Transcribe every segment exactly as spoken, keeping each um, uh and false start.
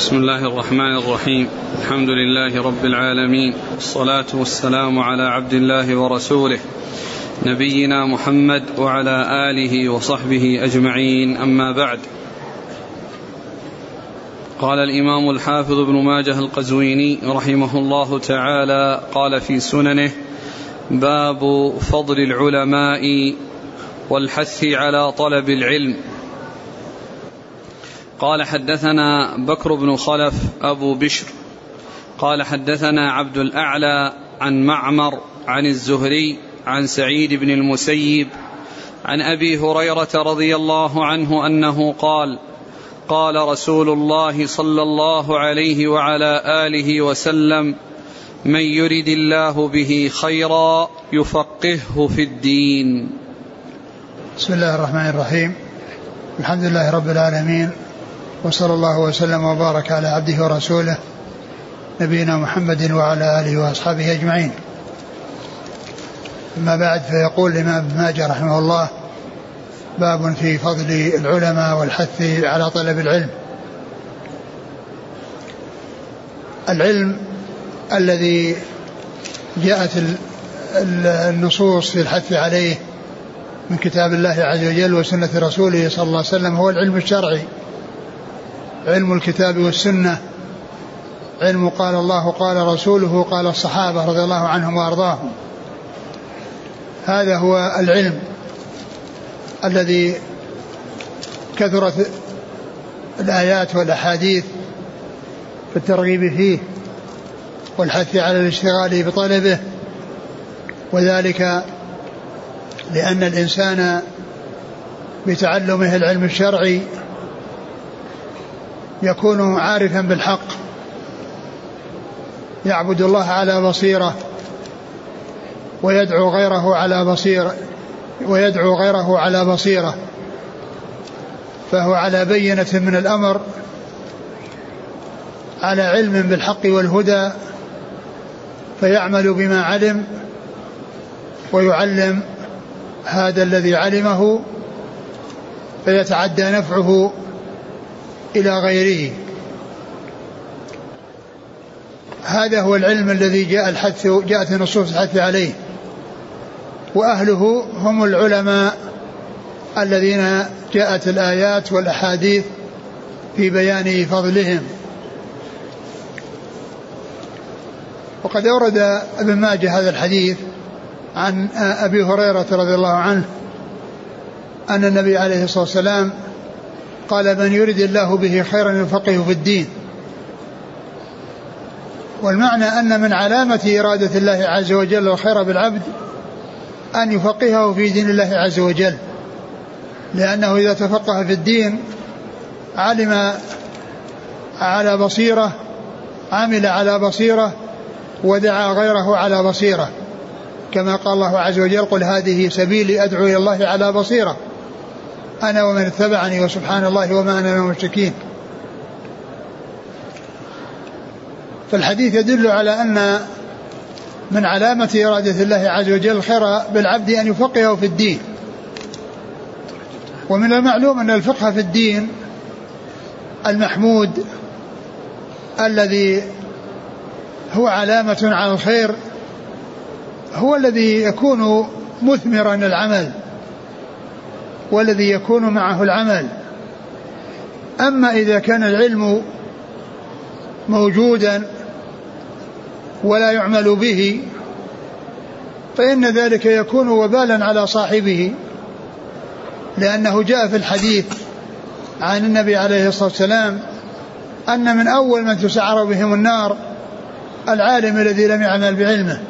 بسم الله الرحمن الرحيم. الحمد لله رب العالمين، والصلاة والسلام على عبد الله ورسوله نبينا محمد وعلى آله وصحبه أجمعين، أما بعد. قال الإمام الحافظ ابن ماجه القزويني رحمه الله تعالى قال في سننه: باب فضل العلماء والحث على طلب العلم. قال: حدثنا بكر بن خلف أبو بشر قال حدثنا عبد الأعلى عن معمر عن الزهري عن سعيد بن المسيب عن أبي هريرة رضي الله عنه أنه قال: قال رسول الله صلى الله عليه وعلى آله وسلم: من يرد الله به خيرا يفقهه في الدين. بسم الله الرحمن الرحيم. الحمد لله رب العالمين، وصلى الله وسلم وبارك على عبده ورسوله نبينا محمد وعلى آله وأصحابه أجمعين. أما بعد، فيقول الإمام ابن ماجه رحمه الله: باب في فضل العلماء والحث على طلب العلم. العلم الذي جاءت النصوص في الحث عليه من كتاب الله عز وجل وسنة رسوله صلى الله عليه وسلم هو العلم الشرعي، علم الكتاب والسنة، علم قال الله قال رسوله قال الصحابة رضي الله عنهم وأرضاهم. هذا هو العلم الذي كثرت الآيات والأحاديث في الترغيب فيه والحث على الاشتغال بطلبه، وذلك لأن الإنسان بتعلمه العلم الشرعي يكون عارفا بالحق، يعبد الله على بصيرة ويدعو غيره على بصيرة ويدعو غيره على بصيرة فهو على بينة من الأمر، على علم بالحق والهدى، فيعمل بما علم ويعلم هذا الذي علمه فيتعدى نفعه إلى غيره. هذا هو العلم الذي جاء الحث جاءت النصوص الحث عليه، وأهله هم العلماء الذين جاءت الآيات والأحاديث في بيان فضلهم. وقد أورد ابن ماجه هذا الحديث عن أبي هريرة رضي الله عنه أن النبي عليه الصلاة والسلام قال: من يرد الله به خيرا يفقهه في الدين. والمعنى أن من علامة إرادة الله عز وجل الخير بالعبد أن يفقهه في دين الله عز وجل، لأنه إذا تفقه في الدين علم على بصيرة، عمل على بصيرة، ودعا غيره على بصيرة، كما قال الله عز وجل: قل هذه سبيلي أدعو إلى الله على بصيرة أنا ومن اتبعني وسبحان الله وما أنا من المشركين. فالحديث يدل على أن من علامة إرادة الله عز وجل الخير بالعبد أن يفقهه في الدين. ومن المعلوم أن الفقه في الدين المحمود الذي هو علامة على الخير هو الذي يكون مثمرا العمل والذي يكون معه العمل. أما إذا كان العلم موجودا ولا يعمل به فإن ذلك يكون وبالا على صاحبه، لأنه جاء في الحديث عن النبي عليه الصلاة والسلام أن من أول من تسعر بهم النار العالم الذي لم يعمل بعلمه،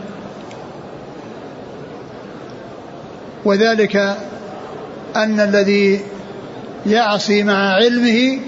وذلك أن الذي يعصي مع علمه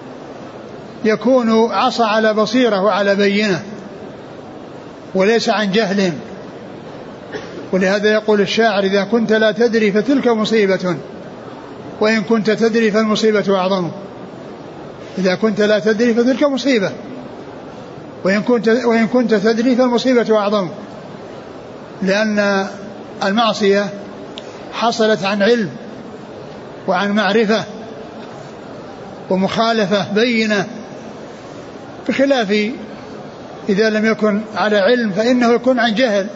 يكون عصى على بصيرة وعلى بينة وليس عن جهل. ولهذا يقول الشاعر: إذا كنت لا تدري فتلك مصيبة وإن كنت تدري فالمصيبة أعظم. إذا كنت لا تدري فتلك مصيبة وإن كنت, وإن كنت تدري فالمصيبة أعظم، لأن المعصية حصلت عن علم وعن معرفة ومخالفة بينة بخلاف إذا لم يكن على علم فإنه يكون عن جهل،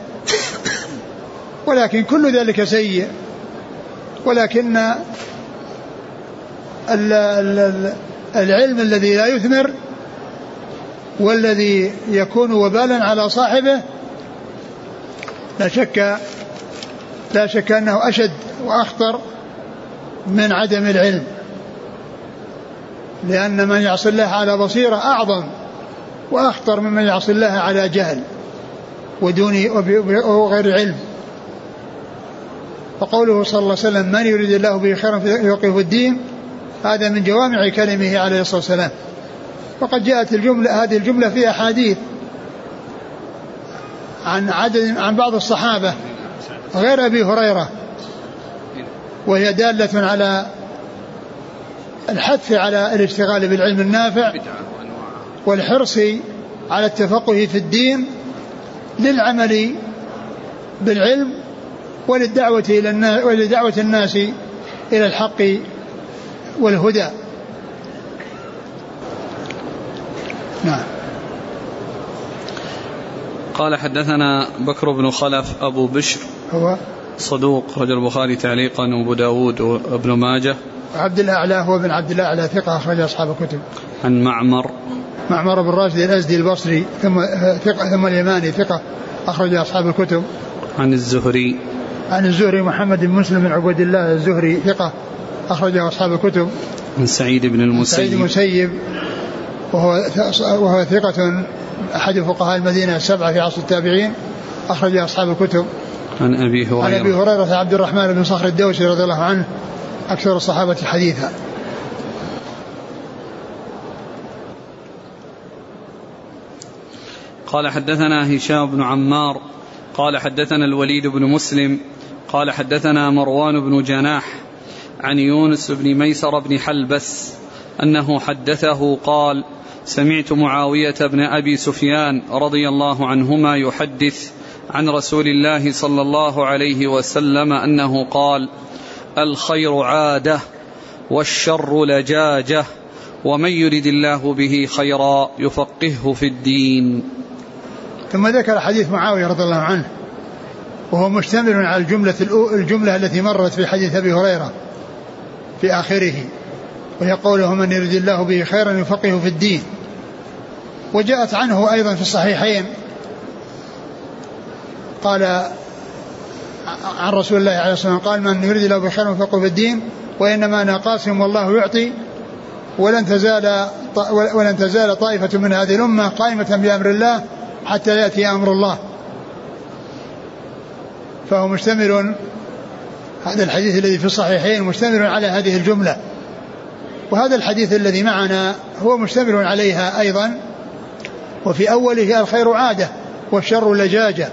ولكن كل ذلك سيء. ولكن العلم الذي لا يثمر والذي يكون وبالا على صاحبه لا شك لا شك أنه أشد وأخطر من عدم العلم، لأن من يعصي الله على بصيرة أعظم وأخطر ممن يعصي الله على جهل ودون وغير علم. فقوله صلى الله عليه وسلم من يريد الله به خيرا يفقهه في الدين، هذا من جوامع كلمه عليه الصلاة والسلام. وقد جاءت الجملة هذه الجملة في أحاديث عن عدد عن بعض الصحابة غير أبي هريرة، وهي دالة على الحث على الاشتغال بالعلم النافع والحرص على التفقه في الدين للعمل بالعلم وللدعوة إلى الناس ولدعوة الناس إلى الحق والهدى. نعم. قال حدثنا بكر بن خلف أبو بشر هو صدوق رجل البخاري تعليقا وأبو داود وابن ماجه. عبد الأعلى هو بن عبد الأعلى ثقة أخرج أصحاب الكتب. عن معمر معمر بن راشد الأزدي البصري ثم ثقة ثم اليماني ثقة أخرج أصحاب الكتب. عن الزهري عن الزهري محمد بن مسلم بن عبد الله الزهري ثقة أخرجه أصحاب الكتب. عن سعيد بن المسيب سعيد المسيب وهو وهو ثقة أحد فقهاء المدينة السبعة في عصر التابعين أخرج أصحاب الكتب. عن أبي هريرة عن أبي هريرة عبد الرحمن بن صخر الدوسي رضي الله عنه أكثر الصحابة حديثا. قال حدثنا هشام بن عمار قال حدثنا الوليد بن مسلم قال حدثنا مروان بن جناح عن يونس بن ميسر بن حلبس أنه حدثه قال سمعت معاوية بن أبي سفيان رضي الله عنهما يحدث عن رسول الله صلى الله عليه وسلم أنه قال الخير عادة والشر لجاجة ومن يرد الله به خيرا يفقهه في الدين. ثم ذكر حديث معاوية رضي الله عنه وهو مشتمل على الجملة, الجملة التي مرت في حديث أبي هريرة في آخره، وهي قوله من يرد الله به خيرا يفقهه في الدين. وجاءت عنه أيضا في الصحيحين قال عن رسول الله عليه الصلاة والسلام قال من يرد الله به خيرا يفقهه في الدين وإنما أنا قاسم والله يعطي ولن تزال ولن تزال طائفة من هذه الأمة قائمة بأمر الله حتى يأتي أمر الله. فهو مشتمل، هذا الحديث الذي في الصحيحين مشتمل على هذه الجملة، وهذا الحديث الذي معنا هو مشتمل عليها أيضا. وفي أوله الخير عادة والشر لجاجة.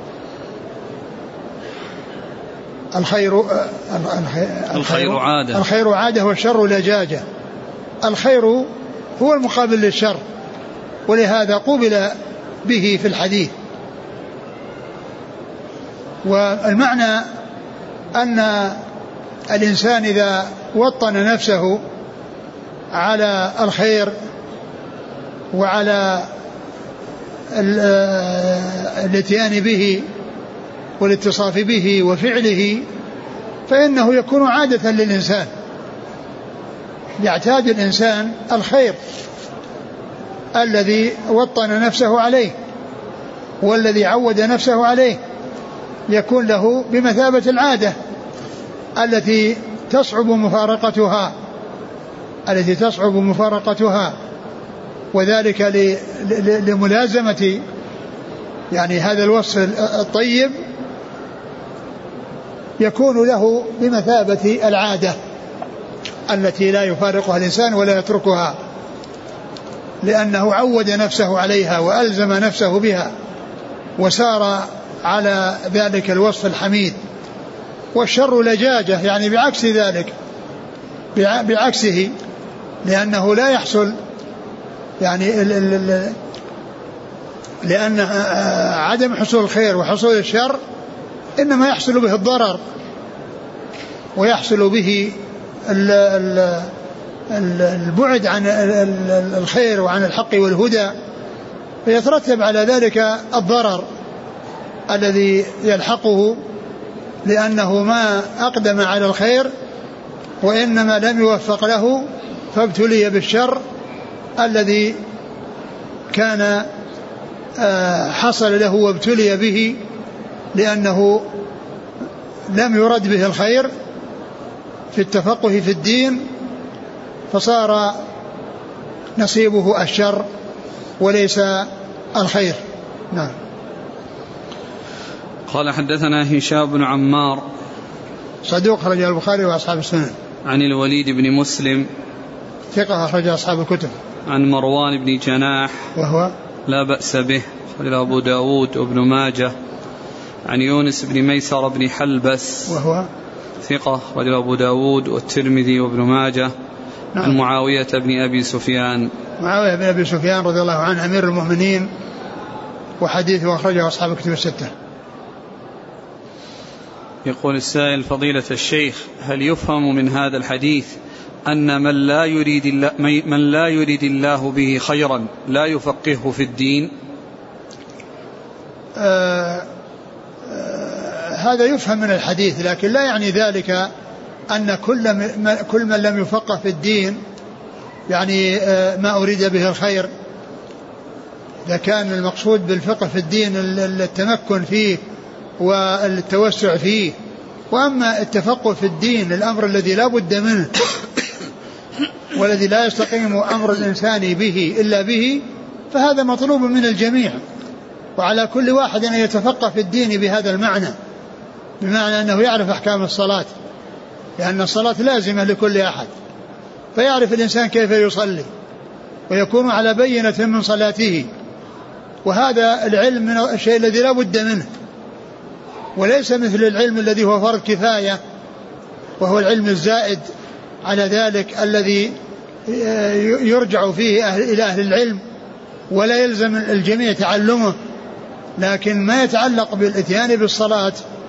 الخير الخير عادة الخير عادة والشر لجاجة. الخير هو المقابل للشر، ولهذا قوبل به في الحديث. والمعنى أن الإنسان إذا وطن نفسه على الخير وعلى الاتيان به والاتصاف به وفعله فإنه يكون عادة للإنسان، يعتاد الإنسان الخير الذي وطن نفسه عليه والذي عود نفسه عليه، يكون له بمثابة العادة التي تصعب مفارقتها التي تصعب مفارقتها وذلك لملازمة يعني هذا الوصف الطيب يكون له بمثابة العادة التي لا يفارقها الإنسان ولا يتركها، لأنه عود نفسه عليها وألزم نفسه بها وسار على ذلك الوصف الحميد. والشر لجاجة يعني بعكس ذلك، بعكسه، لأنه لا يحصل يعني ال ال ال لأن عدم حصول الخير وحصول الشر إنما يحصل به الضرر ويحصل به ال ال البعد عن الخير وعن الحق والهدى، فيترتب على ذلك الضرر الذي يلحقه، لأنه ما أقدم على الخير وإنما لم يوفق له فابتلي بالشر الذي كان حصل له وابتلي به، لأنه لم يرد به الخير في التفقه في الدين، فصار نصيبه الشر وليس الخير. نعم. قال حدثنا هشام بن عمار صدوق أخرج البخاري وأصحاب السنن. عن الوليد بن مسلم ثقة أخرج أصحاب الكتب. عن مروان بن جناح وهو لا بأس به أخرج أبو داود وابن ماجه. عن يونس بن ميسر بن حلبس وهو ثقة أخرج أبو داود والترمذي وابن ماجه. نعم. عن معاوية بن أبي سفيان معاوية بن أبي سفيان رضي الله عنه أمير المؤمنين، وحديثه أخرجه أصحاب الكتب الستة. يقول السائل فضيلة الشيخ، هل يفهم من هذا الحديث أن من لا يريد الله, من لا يريد الله به خيرا لا يفقهه في الدين؟ آه آه هذا يفهم من الحديث، لكن لا يعني ذلك أن كل, كل من لم يفقه في الدين يعني آه ما أريد به الخير. إذا كان المقصود بالفقه في الدين التمكن فيه والتوسع فيه، وأما التفقه في الدين الأمر الذي لا بد منه والذي لا يستقيم أمر الإنسان به إلا به، فهذا مطلوب من الجميع، وعلى كل واحد أن يتفقه في الدين بهذا المعنى، بمعنى أنه يعرف أحكام الصلاة، لأن الصلاة لازمة لكل أحد، فيعرف الإنسان كيف يصلي ويكون على بينة من صلاته، وهذا العلم من الشيء الذي لا بد منه، وليس مثل العلم الذي هو فرض كفاية وهو العلم الزائد على ذلك الذي يرجع فيه أهل إلى أهل العلم ولا يلزم الجميع تعلمه. لكن ما يتعلق بالاتيان بالصلاة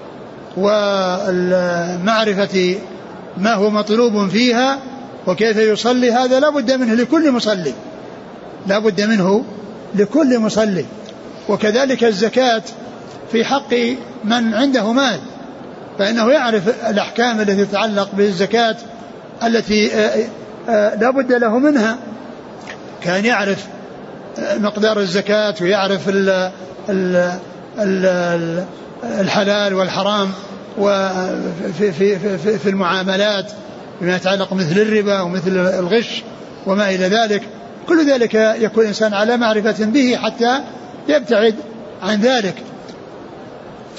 ومعرفة ما هو مطلوب فيها وكيف يصلي، هذا لا بد منه لكل مصلي، لا بد منه لكل مصلي. وكذلك الزكاة في حق من عنده مال، فإنه يعرف الأحكام التي تتعلق بالزكاة التي لا بد له منها، كان يعرف مقدار الزكاة ويعرف ال ال ال الحلال والحرام وفي في في في المعاملات بما يتعلق مثل الربا ومثل الغش وما إلى ذلك. كل ذلك يكون الإنسان على معرفة به حتى يبتعد عن ذلك. ف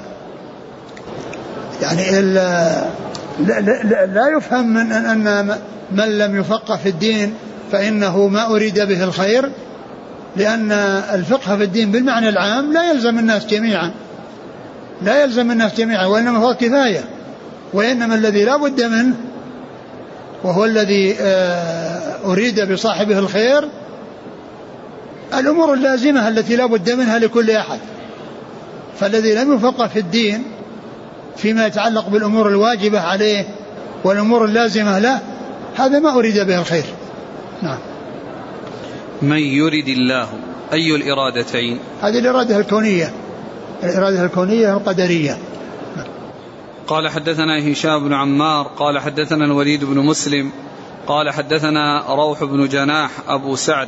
يعني لا, لا, لا يفهم من أن من لم يفقه في الدين فإنه ما أريد به الخير، لأن الفقه في الدين بالمعنى العام لا يلزم الناس جميعا، لا يلزم الناس جميعا، وإنما هو كفاية. وإنما الذي لا بد منه وهو الذي أريد بصاحبه الخير الأمور اللازمة التي لا بد منها لكل أحد. فالذي لم يفقه في الدين فيما يتعلق بالأمور الواجبة عليه والأمور اللازمة له، هذا ما أريد به الخير. نعم. من يريد الله أي الإرادتين؟ هذه الإرادة الكونية، الإرادة الكونية القدرية. قال حدثنا هشام بن عمار قال حدثنا الوليد بن مسلم قال حدثنا روح بن جناح أبو سعد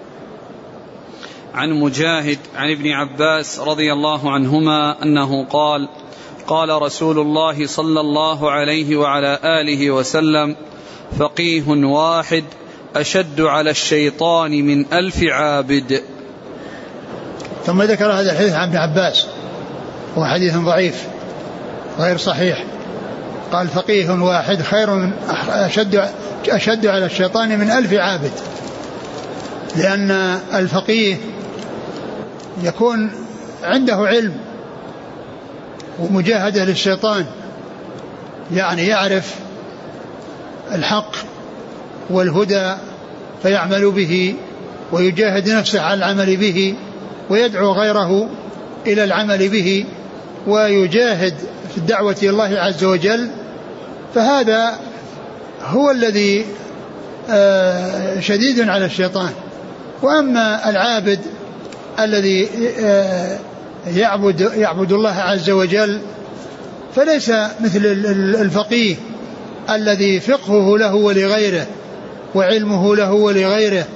عن مجاهد عن ابن عباس رضي الله عنهما أنه قال قال رسول الله صلى الله عليه وعلى آله وسلم فقيه واحد أشد على الشيطان من ألف عابد. ثم ذكر هذا الحديث عن ابن عباس وهو حديث ضعيف غير صحيح. قال فقيه واحد خير من أشد, أشد على الشيطان من ألف عابد، لأن الفقيه يكون عنده علم ومجاهدة للشيطان، يعني يعرف الحق والهدى فيعمل به ويجاهد نفسه على العمل به ويدعو غيره إلى العمل به ويجاهد في الدعوة إلى الله عز وجل. فهذا هو الذي شديد على الشيطان. وأما العابد الذي يعبد, يعبد الله عز وجل فليس مثل الفقيه الذي فقهه له ولغيره وعلمه له ولغيره.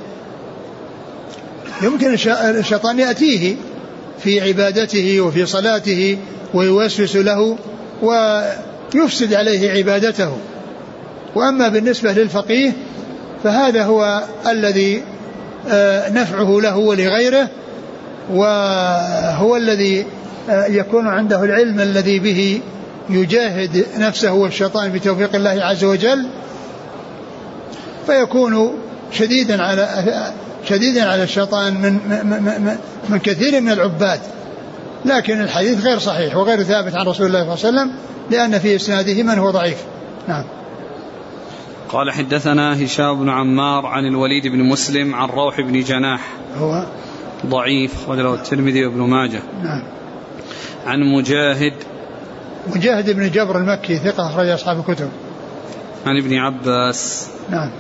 يمكن الشيطان يأتيه في عبادته وفي صلاته ويوسوس له ويفسد عليه عبادته. وأما بالنسبة للفقيه فهذا هو الذي نفعه له ولغيره, وهو الذي يكون عنده العلم الذي به يجاهد نفسه والشيطان بتوفيق الله عز وجل, فيكون شديدا على شديدا على الشيطان من من من كثير من العباد. لكن الحديث غير صحيح وغير ثابت عن رسول الله صلى الله عليه وسلم لأن في إسناده من هو ضعيف. نعم. قال حدثنا هشام بن عمار عن الوليد بن مسلم عن روح بن جناح هو ضعيف وله الترمذي وابن ماجه. نعم. عن مجاهد مجاهد بن جبر المكي ثقة أخرج أصحاب الكتب. عن ابن عباس. نعم.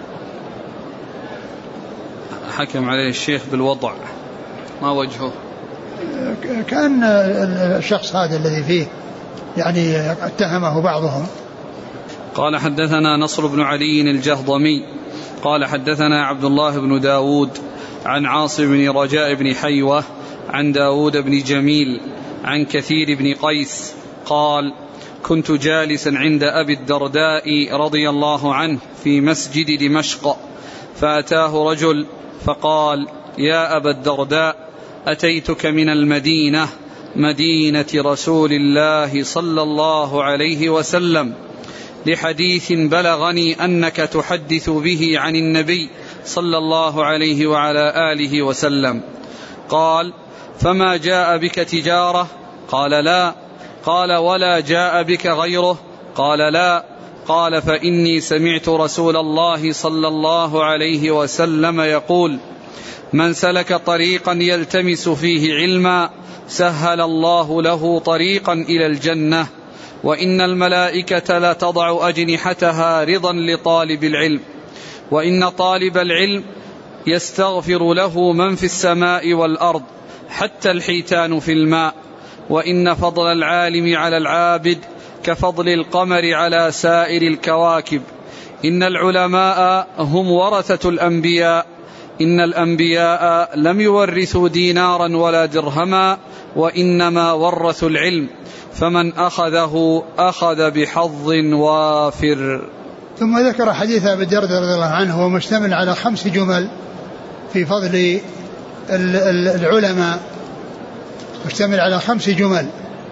حكم عليه الشيخ بالوضع, ما وجهه؟ كان الشخص هذا الذي فيه يعني اتهمه بعضهم. قال حدثنا نصر بن علي الجهضمي قال حدثنا عبد الله بن داود عن عاصم بن رجاء بن حيوة عن داود بن جميل عن كثير بن قيس قال كنت جالسا عند أبي الدرداء رضي الله عنه في مسجد دمشق, فأتاه رجل فقال يا أبا الدرداء أتيتك من المدينة مدينة رسول الله صلى الله عليه وسلم لحديث بلغني أنك تحدث به عن النبي صلى الله عليه وعلى آله وسلم. قال فما جاء بك تجارة؟ قال لا. قال ولا جاء بك غيره؟ قال لا. قال فإني سمعت رسول الله صلى الله عليه وسلم يقول من سلك طريقا يلتمس فيه علما سهل الله له طريقا إلى الجنة, وإن الملائكة لا تضع أجنحتها رضا لطالب العلم, وإن طالب العلم يستغفر له من في السماء والأرض حتى الحيتان في الماء, وإن فضل العالم على العابد كفضل القمر على سائر الكواكب, إن العلماء هم ورثة الأنبياء, إن الأنبياء لم يورثوا دينارا ولا درهما وإنما ورثوا العلم, فمن أخذه أخذ بحظ وافر. ثم ذكر حديث أبي الدرداء رضي الله عنه هو مشتمل على خمس جمل في فضل العلماء, مشتمل على خمس جمل.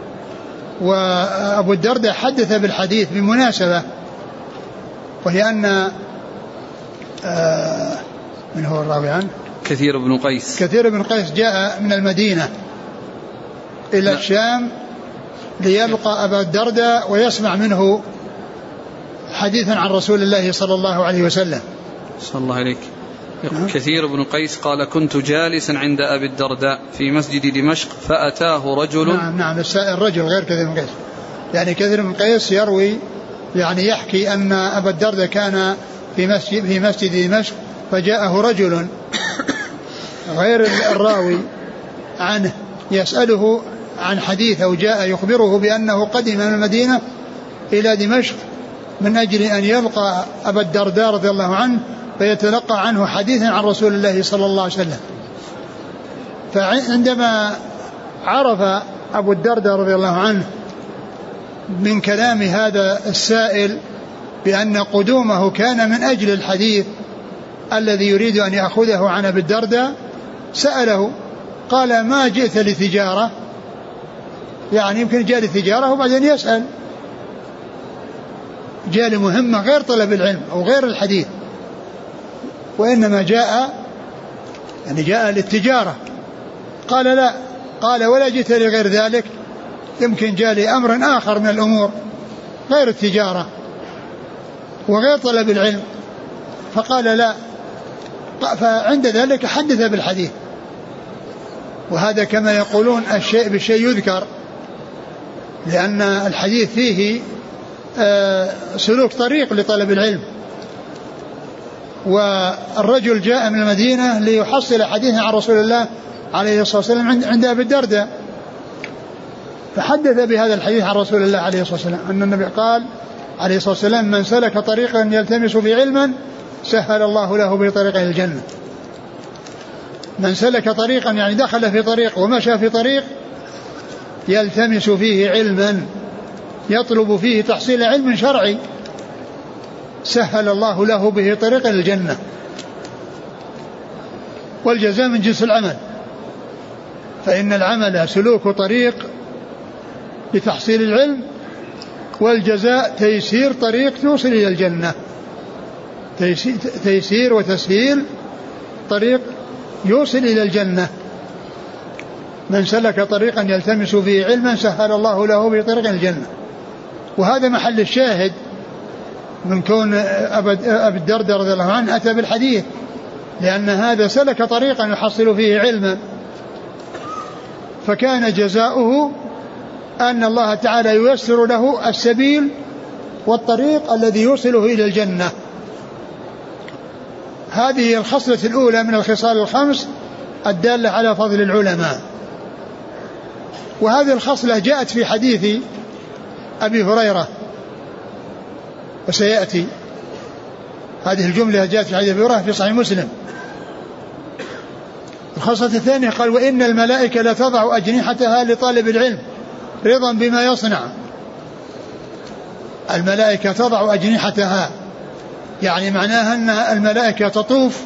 وأبو الدرداء حدث بالحديث بمناسبة, وهي أن آه من هو الراوي عنه؟ كثير بن قيس. كثير بن قيس جاء من المدينة إلى لا. الشام ليلقى أبا الدرداء ويسمع منه حديثا عن رسول الله صلى الله عليه وسلم. صلى الله عليك. كثير بن قيس قال كنت جالسا عند أبي الدرداء في مسجد دمشق فأتاه رجل. نعم نعم الرجل غير كثير بن قيس, يعني كثير بن قيس يروي يعني يحكي أن أبا الدرداء كان في مسجد, في مسجد دمشق فجاءه رجل غير الراوي عنه يسأله عن حديث أو جاء يخبره بأنه قدم من المدينة إلى دمشق من أجل أن يلقى أبا الدرداء رضي الله عنه فيتلقى عنه حديثا عن رسول الله صلى الله عليه وسلم. فعندما عرف أبو الدرداء رضي الله عنه من كلام هذا السائل بأن قدومه كان من أجل الحديث الذي يريد أن يأخذه عن أبي الدرداء سأله قال ما جئت لتجارة, يعني يمكن جاء لتجارة وبعدين يسأل, جاء لمهمة غير طلب العلم أو غير الحديث, وإنما جاء يعني جاء للتجارة. قال لا. قال ولا جئت لغير ذلك, يمكن جاء لأمر آخر من الأمور غير التجارة وغير طلب العلم. فقال لا. فعند ذلك حدث بالحديث, وهذا كما يقولون الشيء بالشيء يذكر, لأن الحديث فيه سلوك طريق لطلب العلم, والرجل جاء من المدينة ليحصل حديثا عن رسول الله عليه الصلاة والسلام عند أبي الدرداء، فحدث بهذا الحديث عن رسول الله عليه الصلاة والسلام أن النبي قال عليه الصلاة والسلام: من سلك طريقا يلتمس فيه علما سهل الله له به طريقا إلى الجنة. من سلك طريقا يعني دخل في طريق ومشى في طريق يلتمس فيه علما، يطلب فيه تحصيل علم شرعي، سهل الله له به طريقا إلى الجنة. والجزاء من جنس العمل، فإن العمل سلوك طريق لتحصيل العلم، والجزاء تيسير طريق توصل إلى الجنة، تيسير وتسهيل طريق يوصل إلى الجنة. من سلك طريقا يلتمس فيه علما سهل الله له به طريقا إلى الجنة. وهذا محل الشاهد من كون أبي الدرداء رضي الله عنه أتى بالحديث، لأن هذا سلك طريقا يحصل فيه علما، فكان جزاؤه أن الله تعالى ييسر له السبيل والطريق الذي يوصله إلى الجنة. هذه الخصلة الأولى من الخصال الخمس الدالة على فضل العلماء. وهذه الخصلة جاءت في حديث أبي هريرة، وسيأتي هذه الجملة جاءت في حديث أبي هريرة في صحيح مسلم. الخصلة الثانية قال: وإن الملائكة لتضع أجنحتها لطالب العلم رضا بما يصنع. الملائكة تضع أجنحتها يعني معناها أن الملائكة تطوف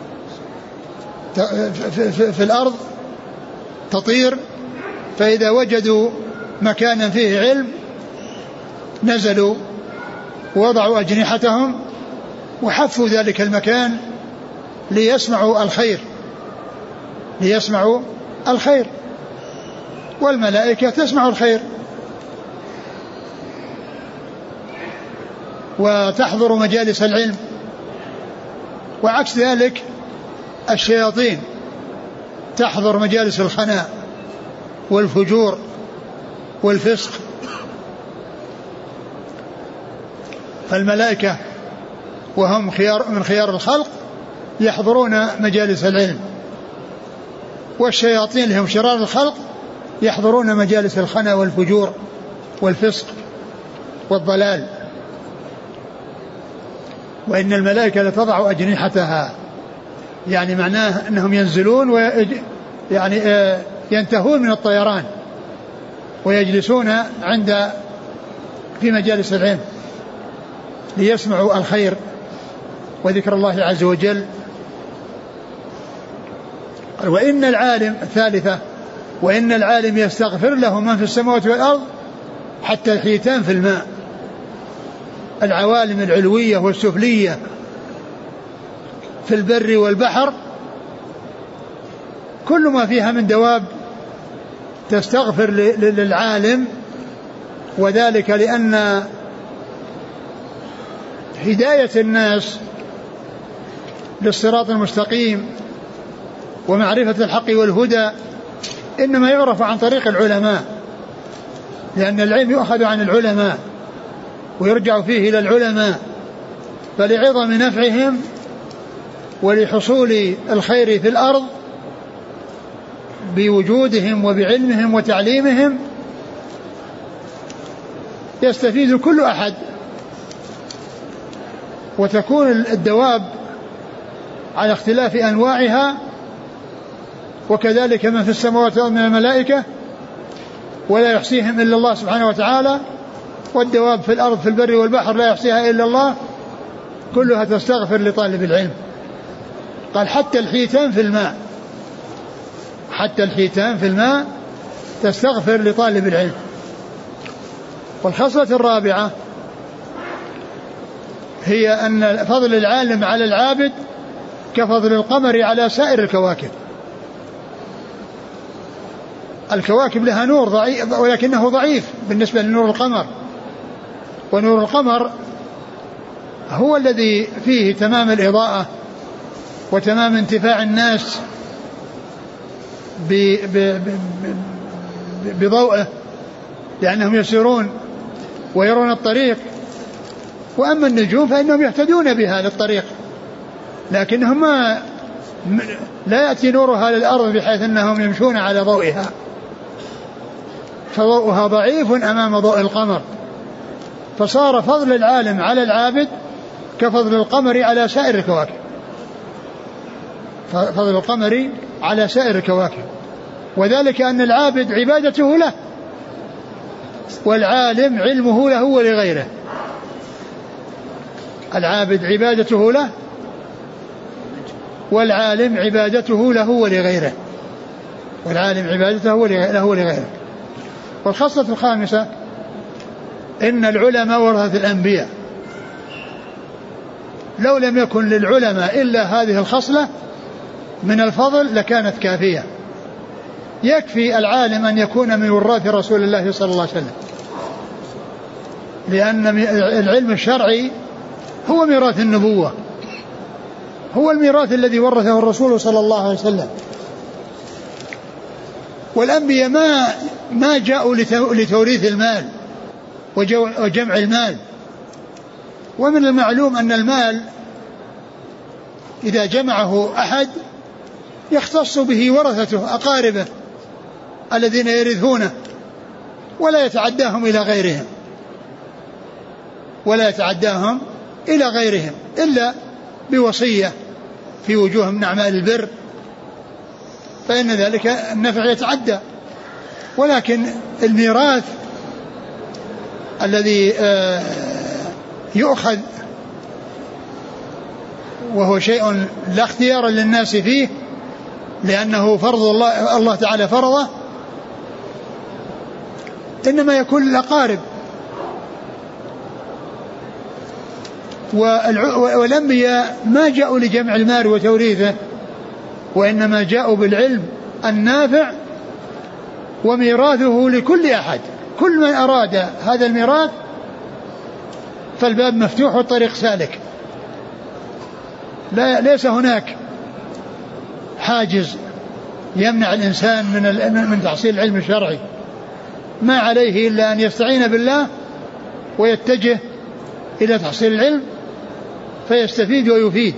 في الأرض تطير، فإذا وجدوا مكانا فيه علم نزلوا ووضعوا أجنحتهم وحفوا ذلك المكان ليسمعوا الخير ليسمعوا الخير والملائكة تسمع الخير وتحضر مجالس العلم. وعكس ذلك الشياطين تحضر مجالس الخناء والفجور والفسق. فالملائكة وهم خيار من خيار الخلق يحضرون مجالس العلم، والشياطين اللي هم شرار الخلق يحضرون مجالس الخناء والفجور والفسق والضلال. وإن الملائكة لتضع أجنحتها يعني معناه أنهم ينزلون ويعني ينتهون من الطيران ويجلسون عند في مجالس العلم ليسمعوا الخير وذكر الله عز وجل. وإن العالم الثالثة وإن العالم يستغفر له من في السماوات والأرض حتى الحيتان في الماء. العوالم العلوية والسفلية في البر والبحر كل ما فيها من دواب تستغفر للعالم، وذلك لأن هداية الناس للصراط المستقيم ومعرفة الحق والهدى إنما يعرف عن طريق العلماء، لأن العلم يؤخذ عن العلماء ويرجع فيه إلى العلماء، فلعظم نفعهم ولحصول الخير في الأرض بوجودهم وبعلمهم وتعليمهم يستفيد كل أحد. وتكون الدواب على اختلاف أنواعها، وكذلك من في السماوات من الملائكة ولا يحصيهم إلا الله سبحانه وتعالى، والدواب في الأرض في البر والبحر لا يحصيها إلا الله، كلها تستغفر لطالب العلم. قال حتى الحيتان في الماء حتى الحيتان في الماء تستغفر لطالب العلم. والخصلة الرابعة هي أن فضل العالم على العابد كفضل القمر على سائر الكواكب. الكواكب لها نور ضعيف ولكنه ضعيف بالنسبة لنور القمر، ونور القمر هو الذي فيه تمام الإضاءة وتمام انتفاع الناس بضوءه لأنهم يسيرون ويرون الطريق. وأما النجوم فإنهم يهتدون بها للطريق لكنهم ما لا يأتي نورها للأرض بحيث أنهم يمشون على ضوئها، فضوءها ضعيف أمام ضوء القمر، فصار فضل العالم على العابد كفضل القمر على سائر الكواكب، فضل القمر على سائر الكواكب، وذلك أن العابد عبادته له، والعالم علمه له ولغيره. العابد عبادته له، والعالم عبادته له ولغيره، والعالم عبادته له ولغيره. والخاصة الخامسة إن العلماء ورثة الأنبياء، لو لم يكن للعلماء إلا هذه الخصلة من الفضل لكانت كافية. يكفي العالم أن يكون من وراث رسول الله صلى الله عليه وسلم، لأن العلم الشرعي هو ميراث النبوة، هو الميراث الذي ورثه الرسول صلى الله عليه وسلم. والأنبياء ما ما جاءوا لتوريث المال وجمع المال، ومن المعلوم أن المال إذا جمعه أحد يختص به ورثته أقاربه الذين يرثونه، ولا يتعداهم إلى غيرهم ولا يتعداهم إلى غيرهم إلا بوصية في وجوه من أعمال البر، فإن ذلك النفع يتعدى. ولكن الميراث الذي يؤخذ وهو شيء لا اختيار للناس فيه، لأنه فرض الله, الله تعالى فرضه، إنما يكون للأقارب. والأنبياء ما جاءوا لجمع المال وتوريثه، وإنما جاءوا بالعلم النافع وميراثه لكل أحد. كل من أراد هذا الميراث فالباب مفتوح والطريق سالك، لا ليس هناك حاجز يمنع الإنسان من من تحصيل العلم الشرعي. ما عليه إلا أن يستعين بالله ويتجه إلى تحصيل العلم فيستفيد ويفيد.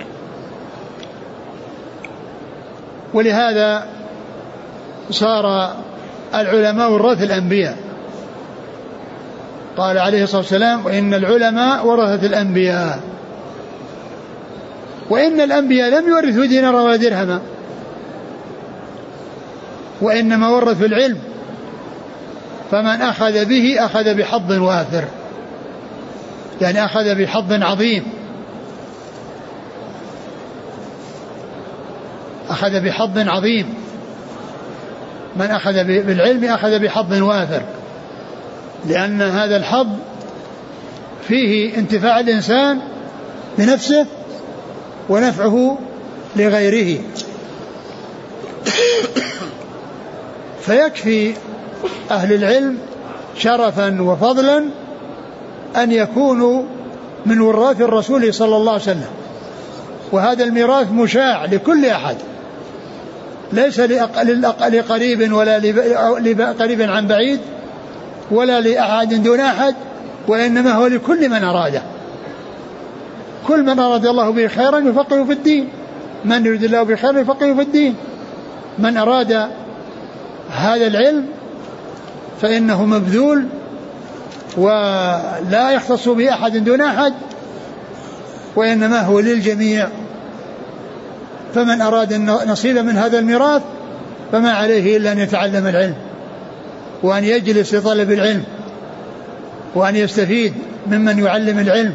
ولهذا صار العلماء ورثة الأنبياء. قال عليه الصلاة والسلام: وإن العلماء ورثة الأنبياء. وإن الأنبياء لم يورثوا دينارا ولا درهما، وإنما ورثوا العلم، فمن أخذ به أخذ بحظ وافر، يعني أخذ بحظ عظيم، أخذ بحظ عظيم. من أخذ بالعلم أخذ بحظ وافر، لأن هذا الحظ فيه انتفاع الإنسان بنفسه ونفعه لغيره. فيكفي أهل العلم شرفا وفضلا أن يكونوا من وراث الرسول صلى الله عليه وسلم، وهذا الميراث مشاع لكل أحد، ليس لقريب ولا لقريب عن بعيد ولا لأحد دون أحد، وإنما هو لكل من أراده. كل من أراد الله به خيرا يفقهه في الدين، من يريد الله به خيرا يفقهه في الدين. من أراد هذا العلم فإنه مبذول ولا يختص به أحد دون أحد، وإنما هو للجميع. فمن أراد نصيبا من هذا الميراث فما عليه إلا أن يتعلم العلم، وأن يجلس لطلب العلم، وأن يستفيد ممن يعلم العلم،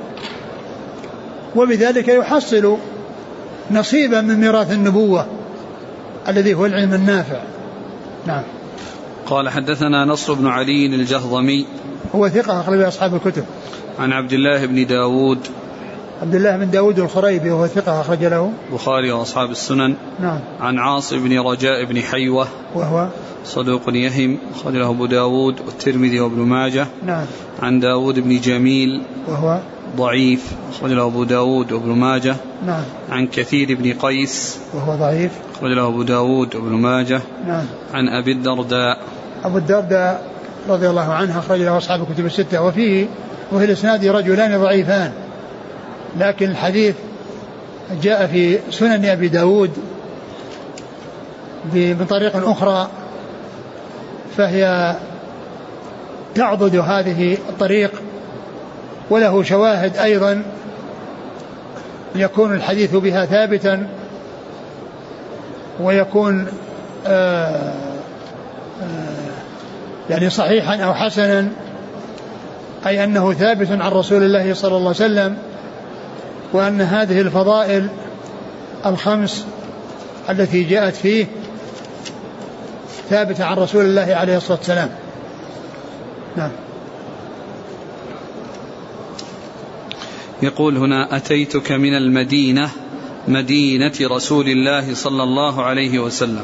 وبذلك يحصل نصيبا من ميراث النبوة الذي هو العلم النافع. نعم. قال: حدثنا نصر بن علي الجهضمي، هو ثقة أخرج أصحاب الكتب. عن عبد الله بن داود، عبد الله بن داود الخريبي، وهو ثقة أخرج له البخاري وأصحاب السنن. نعم. عن عاصم بن رجاء بن حيوة، وهو صدوق يهم، أخرج له أبو داود والترمذي وابن ماجه. نعم. عن داود بن جميل، وهو ضعيف، أخرج له أبو داود وابن ماجه. نعم. عن كثير بن قيس، وهو ضعيف، أخرج له أبو داود وابن ماجه. نعم. عن أبي الدرداء، أبو الدرداء رضي الله عنه أخرج له أصحاب الكتب الستة، وفيه وفي الإسناد رجلان ضعيفان، لكن الحديث جاء في سنن أبي داود بطريق أخرى، فهي تعضد هذه الطريق، وله شواهد أيضا يكون الحديث بها ثابتا، ويكون آآ آآ يعني صحيحا أو حسنا، أي أنه ثابت عن رسول الله صلى الله عليه وسلم، وأن هذه الفضائل الخمس التي جاءت فيه ثابتة عن رسول الله عليه الصلاة والسلام. نعم. يقول هنا: أتيتك من المدينة، مدينة رسول الله صلى الله عليه وسلم.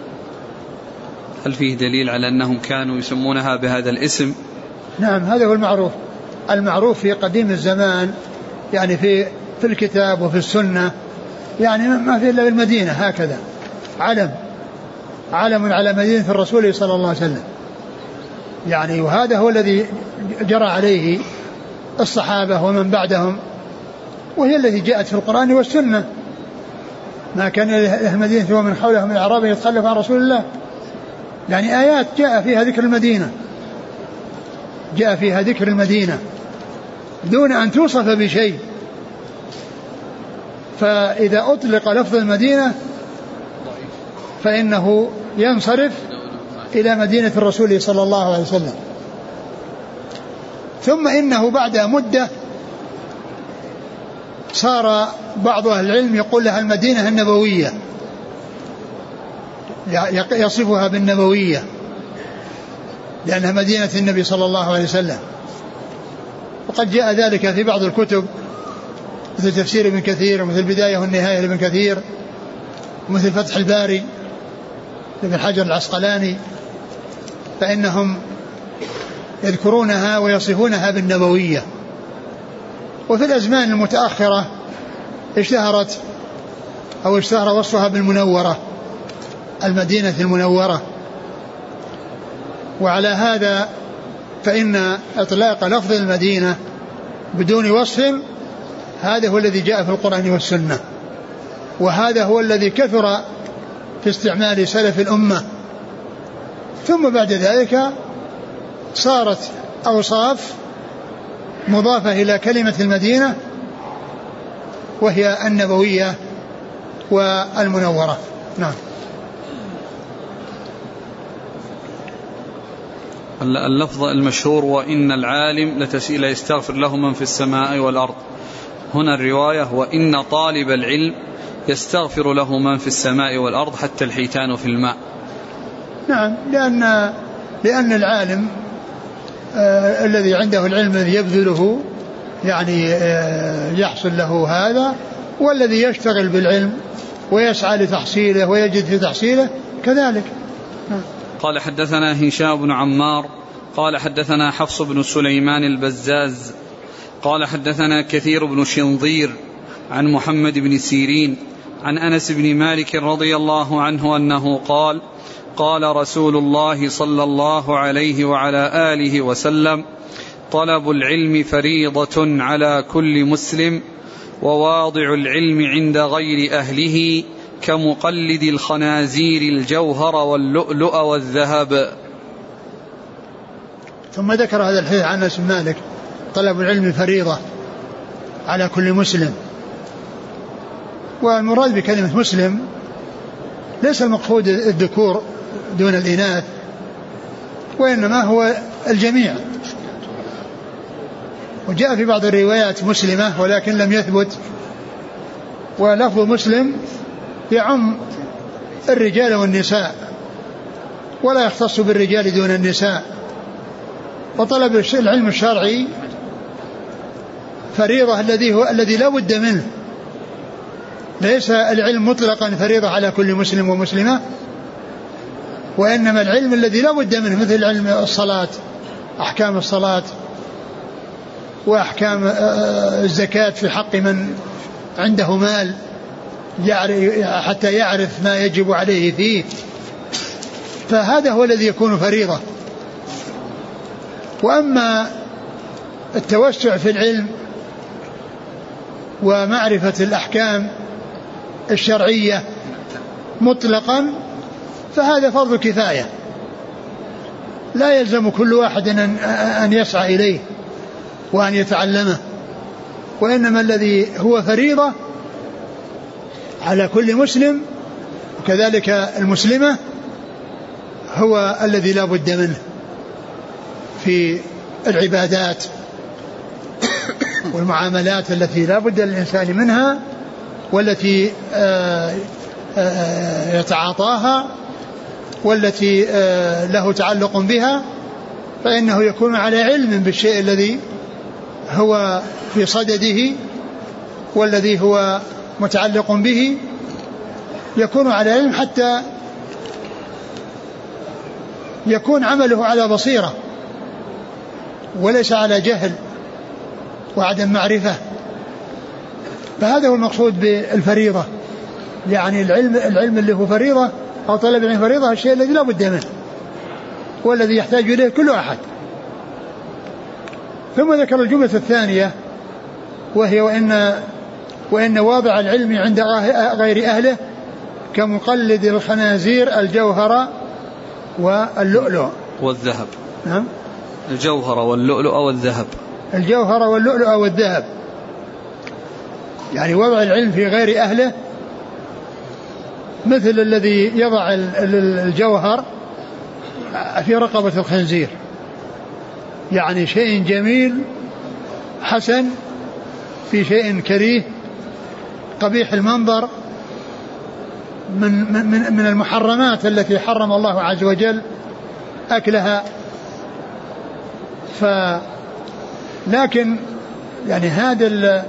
هل فيه دليل على أنهم كانوا يسمونها بهذا الاسم؟ نعم، هذا هو المعروف، المعروف في قديم الزمان، يعني في في الكتاب وفي السنة، يعني ما في إلا المدينة هكذا، علم علم على مدينة الرسول صلى الله عليه وسلم، يعني وهذا هو الذي جرى عليه الصحابة ومن بعدهم، وهي التي جاءت في القرآن والسنة. ما كان أهل مدينة ومن حولهم من الأعراب يتخلف عن رسول الله، يعني آيات جاء فيها ذكر المدينة، جاء فيها ذكر المدينة دون أن توصف بشيء. فإذا أطلق لفظ المدينة فإنه ينصرف إلى مدينة الرسول صلى الله عليه وسلم. ثم إنه بعد مدة صار بعض أهل العلم يقول لها المدينة النبوية، يصفها بالنبوية لأنها مدينة النبي صلى الله عليه وسلم. وقد جاء ذلك في بعض الكتب مثل تفسير ابن كثير، ومثل البداية والنهاية لابن كثير، ومثل فتح الباري لابن حجر العسقلاني، فإنهم يذكرونها ويصفونها بالنبوية. وفي الأزمان المتأخرة اشتهرت أو اشتهر وصفها بالمنورة، المدينة المنورة. وعلى هذا فإن إطلاق لفظ المدينة بدون وصف هذا هو الذي جاء في القرآن والسنة، وهذا هو الذي كثر في استعمال سلف الأمة. ثم بعد ذلك صارت أوصاف مضافة إلى كلمة المدينة، وهي النبوية والمنورة. نعم. اللفظ المشهور: وإن العالم لتسئل يستغفر له من في السماء والأرض. هنا الرواية: وإن طالب العلم يستغفر له من في السماء والأرض حتى الحيتان في الماء. نعم، لأن لأن العالم آه الذي عنده العلم الذي يبذله يعني آه يحصل له هذا، والذي يشتغل بالعلم ويسعى لتحصيله ويجد في تحصيله كذلك. نعم. قال: حدثنا هشام بن عمار قال حدثنا حفص بن سليمان البزاز قال حدثنا كثير بن شنظير عن محمد بن سيرين عن أنس بن مالك رضي الله عنه أنه قال: قال رسول الله صلى الله عليه وعلى آله وسلم: طلب العلم فريضة على كل مسلم، وواضع العلم عند غير أهله كمقلد الخنازير الجوهر واللؤلؤ والذهب. ثم ذكر هذا الحديث عن أنس بن مالك: طلب العلم فريضة على كل مسلم. والمراد بكلمة مسلم ليس المقصود الذكور دون الإناث، وإنما هو الجميع. وجاء في بعض الروايات مسلمة ولكن لم يثبت، ولفظ مسلم يعم الرجال والنساء ولا يختص بالرجال دون النساء. وطلب العلم الشرعي فريضة الذي هو الذي لا بد منه، ليس العلم مطلقا فريضة على كل مسلم ومسلمة، وإنما العلم الذي لا بد منه، مثل علم الصلاة، أحكام الصلاة وأحكام الزكاة في حق من عنده مال حتى يعرف ما يجب عليه فيه، فهذا هو الذي يكون فريضة. وأما التوسع في العلم ومعرفة الأحكام الشرعية مطلقا فهذا فرض كفاية لا يلزم كل واحد أن يسعى إليه وأن يتعلمه، وإنما الذي هو فريضة على كل مسلم وكذلك المسلمة هو الذي لا بد منه في العبادات والمعاملات التي لا بد للإنسان منها والتي يتعاطاها والتي له تعلق بها، فإنه يكون على علم بالشيء الذي هو في صدده والذي هو متعلق به، يكون على علم حتى يكون عمله على بصيرة وليس على جهل وعدم معرفة. فهذا هو المقصود بالفريضة، يعني العلم العلم اللي هو فريضة أو طلب العلم فريضة الشيء الذي لا بد منه والذي يحتاج إليه كل أحد. ثم ذكر الجملة الثانية وهي وإن وإن واضع العلم عند غير أهله كمقلد الخنازير الجوهر واللؤلؤ والذهب. نعم، الجوهر واللؤلؤ والذهب. الجوهر واللؤلؤ والذهب، يعني وضع العلم في غير أهله مثل الذي يضع الجوهر في رقبة الخنزير، يعني شيء جميل حسن في شيء كريه قبيح المنظر من, من, من المحرمات التي حرم الله عز وجل أكلها. ف لكن يعني هذا ال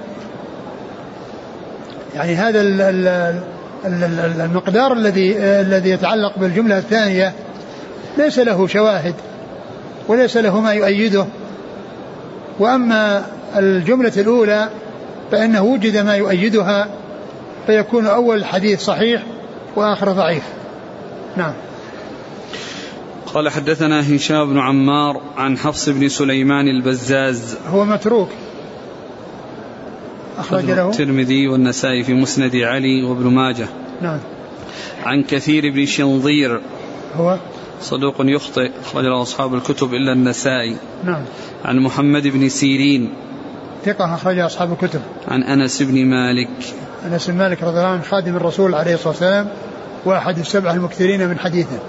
يعني هذا ال ال المقدار الذي الذي يتعلق بالجملة الثانية ليس له شواهد وليس له ما يؤيده، وأما الجملة الأولى فإنه وجد ما يؤيدها فيكون أول الحديث صحيح وآخر ضعيف. نعم. قال حدثنا هشام بن عمار عن حفص بن سليمان البزاز، هو متروك، أخرج له الترمذي والنسائي في مسند علي وابن ماجه. نعم. عن كثير بن شنظير، هو صدوق يخطئ، أخرج له أصحاب الكتب إلا النسائي. نعم. عن محمد بن سيرين، ثقة، أخرج أصحاب الكتب. عن أنس بن مالك، أنس بن مالك رضي الله عنه خادم الرسول عليه الصلاة والسلام وأحد السبع المكثرين من حديثه.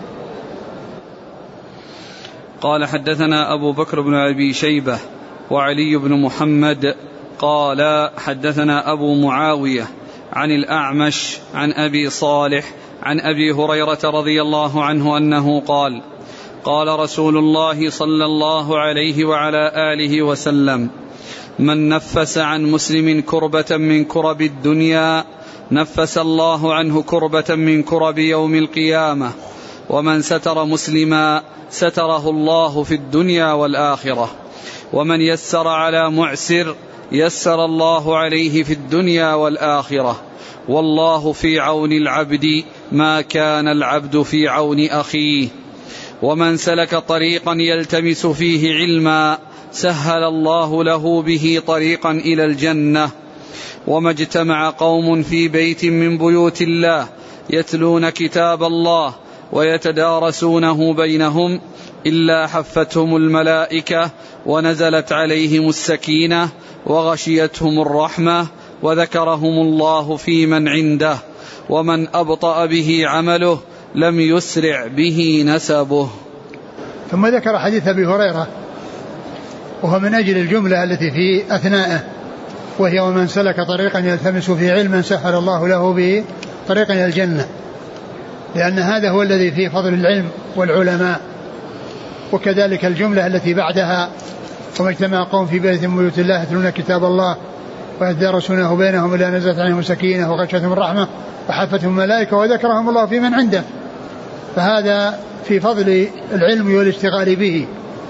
قال حدثنا أبو بكر بن أبي شيبة وعلي بن محمد قال حدثنا أبو معاوية عن الأعمش عن أبي صالح عن أبي هريرة رضي الله عنه أنه قال قال رسول الله صلى الله عليه وعلى آله وسلم: من نفس عن مسلم كربة من كرب الدنيا نفس الله عنه كربة من كرب يوم القيامة، ومن ستر مسلما ستره الله في الدنيا والآخرة، ومن يسر على معسر يسر الله عليه في الدنيا والآخرة، والله في عون العبد ما كان العبد في عون أخيه، ومن سلك طريقا يلتمس فيه علما سهل الله له به طريقا إلى الجنة، وما اجتمع قوم في بيت من بيوت الله يتلون كتاب الله ويتدارسونه بينهم إلا حفتهم الملائكة ونزلت عليهم السكينة وغشيتهم الرحمة وذكرهم الله في من عنده، ومن أبطأ به عمله لم يسرع به نسبه. ثم ذكر حديث أبي هريرة وهو من أجل الجملة التي في أثنائه، وهي: ومن سلك طريقا يلتمس فيه علما سهل الله له به طريقا إلى الجنة، لأن هذا هو الذي فيه فضل العلم والعلماء. وكذلك الجملة التي بعدها: وما اجتمع قوم في بيت من بيوت الله يتلون كتاب الله ويتدارسونه بينهم إلا نزلت عليهم السكينة وغشيتهم الرحمة وحفتهم الملائكة وذكرهم الله في من عنده. فهذا في فضل العلم والاشتغال به.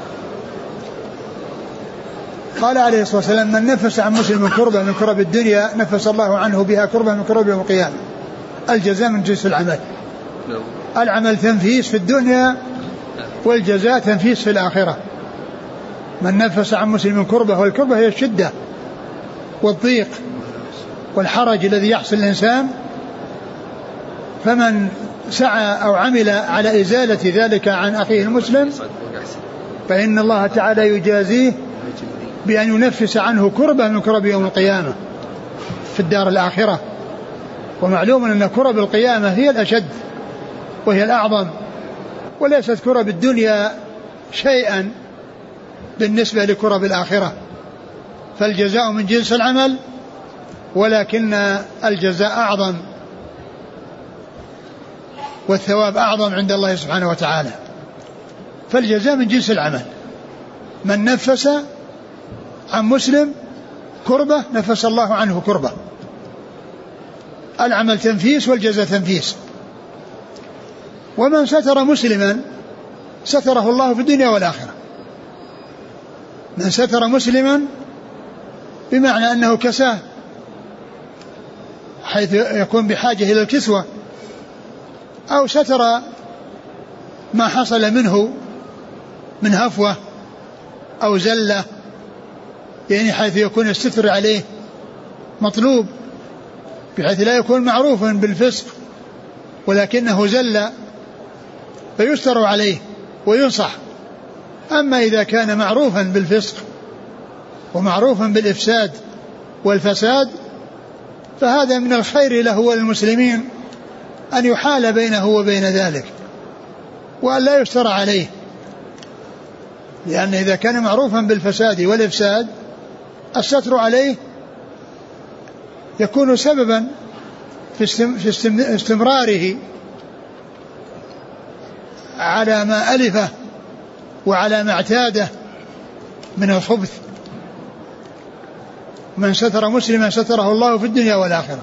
قال عليه الصلاة والسلام: من نفس عن مسلم كربة من كرب الدنيا نفس الله عنه بها كربة من كرب يوم القيامة. الجزاء من جنس العمل، العمل تنفيس في الدنيا والجزاء تنفيس في الآخرة. من نفس عن مسلم كربة، والكربة هي الشدة والضيق والحرج الذي يحصل الإنسان فمن سعى أو عمل على إزالة ذلك عن أخيه المسلم فإن الله تعالى يجازيه بأن ينفس عنه كربة من كرب يوم القيامة في الدار الآخرة. ومعلوم أن كرب القيامة هي الأشد وهي الأعظم، وليست كرب الدنيا شيئا بالنسبة لكرب الآخرة، فالجزاء من جنس العمل، ولكن الجزاء أعظم والثواب أعظم عند الله سبحانه وتعالى. فالجزاء من جنس العمل، من نفس عن مسلم كربة نفس الله عنه كربة، العمل تنفيس والجزاء تنفيس. ومن ستر مسلما ستره الله في الدنيا والآخرة. من ستر مسلما بمعنى أنه كساه حيث يكون بحاجة إلى الكسوة، أو ستر ما حصل منه من هفوة أو زلة، يعني حيث يكون الستر عليه مطلوب بحيث لا يكون معروفا بالفسق ولكنه زل فيستر عليه وينصح. أما إذا كان معروفا بالفسق ومعروفا بالإفساد والفساد فهذا من الخير له وللمسلمين أن يحال بينه وبين ذلك وأن لا يستر عليه، لأن إذا كان معروفا بالفساد والإفساد الستر عليه يكون سببا في استمراره على ما ألفه وعلى ما اعتاده من الخبث. من ستر مسلما ستره الله في الدنيا والآخرة.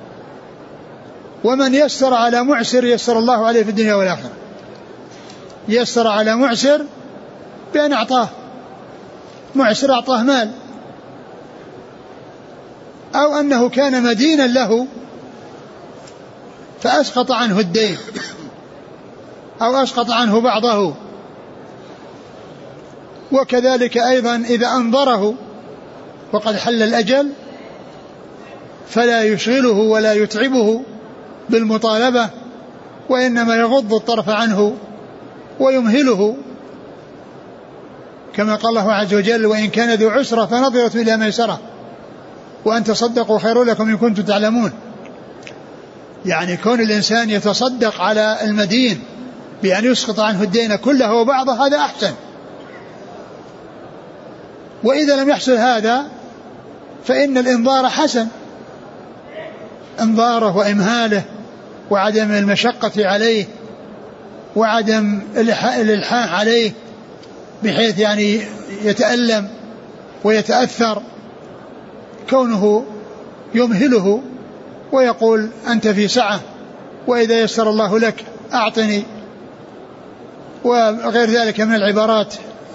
ومن يسر على معسر يسر الله عليه في الدنيا والآخرة. يسر على معسر بأن أعطاه، معسر أعطاه مال، أو أنه كان مدينا له فأسقط عنه الدين أو أسقط عنه بعضه. وكذلك أيضا إذا أنظره وقد حل الأجل فلا يشغله ولا يتعبه بالمطالبة، وإنما يغض الطرف عنه ويمهله، كما قال الله عز وجل: وإن كان ذو عسرة فنظرة إلى ميسرة وأن تصدقوا خير لكم إن كنتم تعلمون. يعني كون الإنسان يتصدق على المدين بأن يسقط عنه الدين كله وبعضه هذا أحسن. وإذا لم يحصل هذا فإن الإنظار حسن، انظاره وإمهاله وعدم المشقة عليه وعدم الإلحاح عليه بحيث يعني يتألم ويتأثر، كونه يمهله ويقول أنت في سعة، وإذا يسر الله لك أعطني، وغير ذلك من العبارات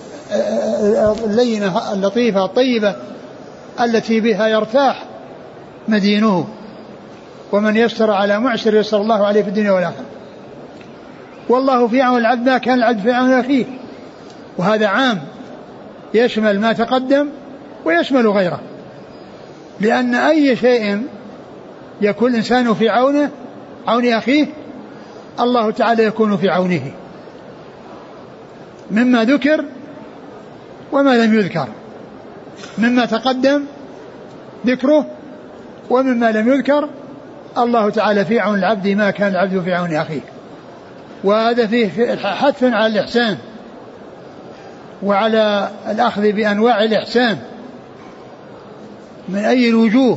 اللينة اللطيفة الطيبة التي بها يرتاح مدينه. ومن يسر على معسر يسر الله عليه في الدنيا والآخرة. والله في عون العبد ما كان العبد في عون أخيه، وهذا عام يشمل ما تقدم ويشمل غيره، لأن أي شيء يكون الإنسان في عونه عون أخيه الله تعالى يكون في عونه، مما ذكر وما لم يذكر، مما تقدم ذكره ومما لم يذكر. الله تعالى في عون العبد ما كان العبد في عون أخيه. وهذا فيه حث على الإحسان وعلى الأخذ بأنواع الإحسان من أي الوجوه،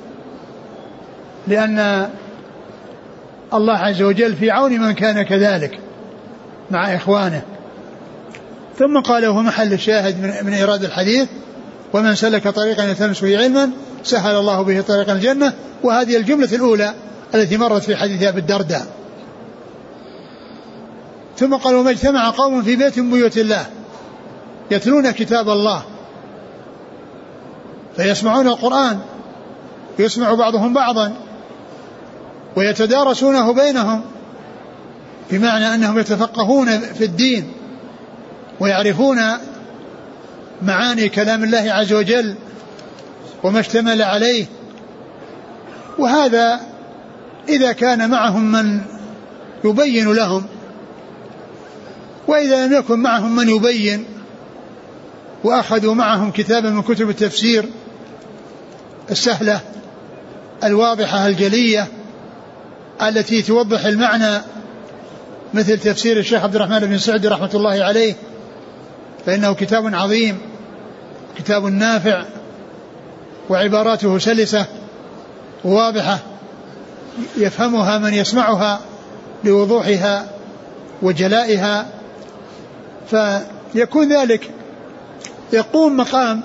لأن الله عز وجل في عون من كان كذلك مع إخوانه. ثم قال وهو محل الشاهد من, من إيراد الحديث: ومن سلك طريقا يلتمس فيه علما سهل الله به طريقا الجنة. وهذه الجملة الأولى التي مرت في حديث أبي الدرداء. ثم قال: وما اجتمع قوم في بيت من بيوت الله يتلون كتاب الله فيسمعون القرآن يسمع بعضهم بعضا ويتدارسونه بينهم، بمعنى أنهم يتفقهون في الدين ويعرفون معاني كلام الله عز وجل وما اشتمل عليه. وهذا إذا كان معهم من يبين لهم، وإذا لم يكن معهم من يبين وأخذوا معهم كتابا من كتب التفسير السهلة الواضحة الجلية التي توضح المعنى، مثل تفسير الشيخ عبد الرحمن بن سعدي رحمة الله عليه، فإنه كتاب عظيم، كتاب نافع، وعباراته سلسة وواضحة يفهمها من يسمعها بوضوحها وجلائها، فيكون ذلك يقوم مقام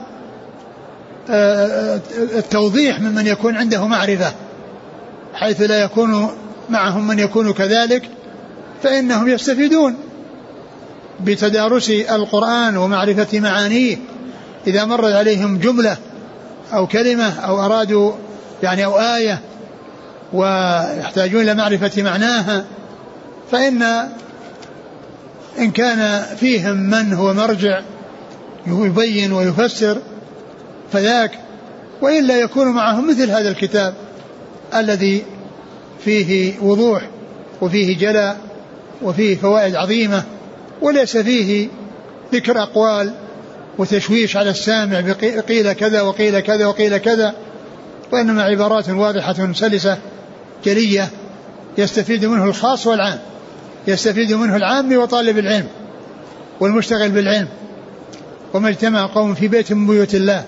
التوضيح ممن يكون عنده معرفة، حيث لا يكون معهم من يكون كذلك، فإنهم يستفيدون بتدارس القرآن ومعرفة معانيه. إذا مرت عليهم جملة أو كلمة أو أرادوا يعني أو آية ويحتاجون إلى معرفة معناها، فإن إن كان فيهم من هو مرجع يبين ويفسر فذاك، وإلا يكون معهم مثل هذا الكتاب الذي فيه وضوح وفيه جلاء وفيه فوائد عظيمة، وليس فيه ذكر أقوال وتشويش على السامع بقيل كذا وقيل كذا وقيل كذا، وإنما عبارات واضحة سلسة جلية يستفيد منه الخاص والعام، يستفيد منه العام وطالب العلم والمشتغل بالعلم. وما اجتمع قوم في بيت من بيوت الله،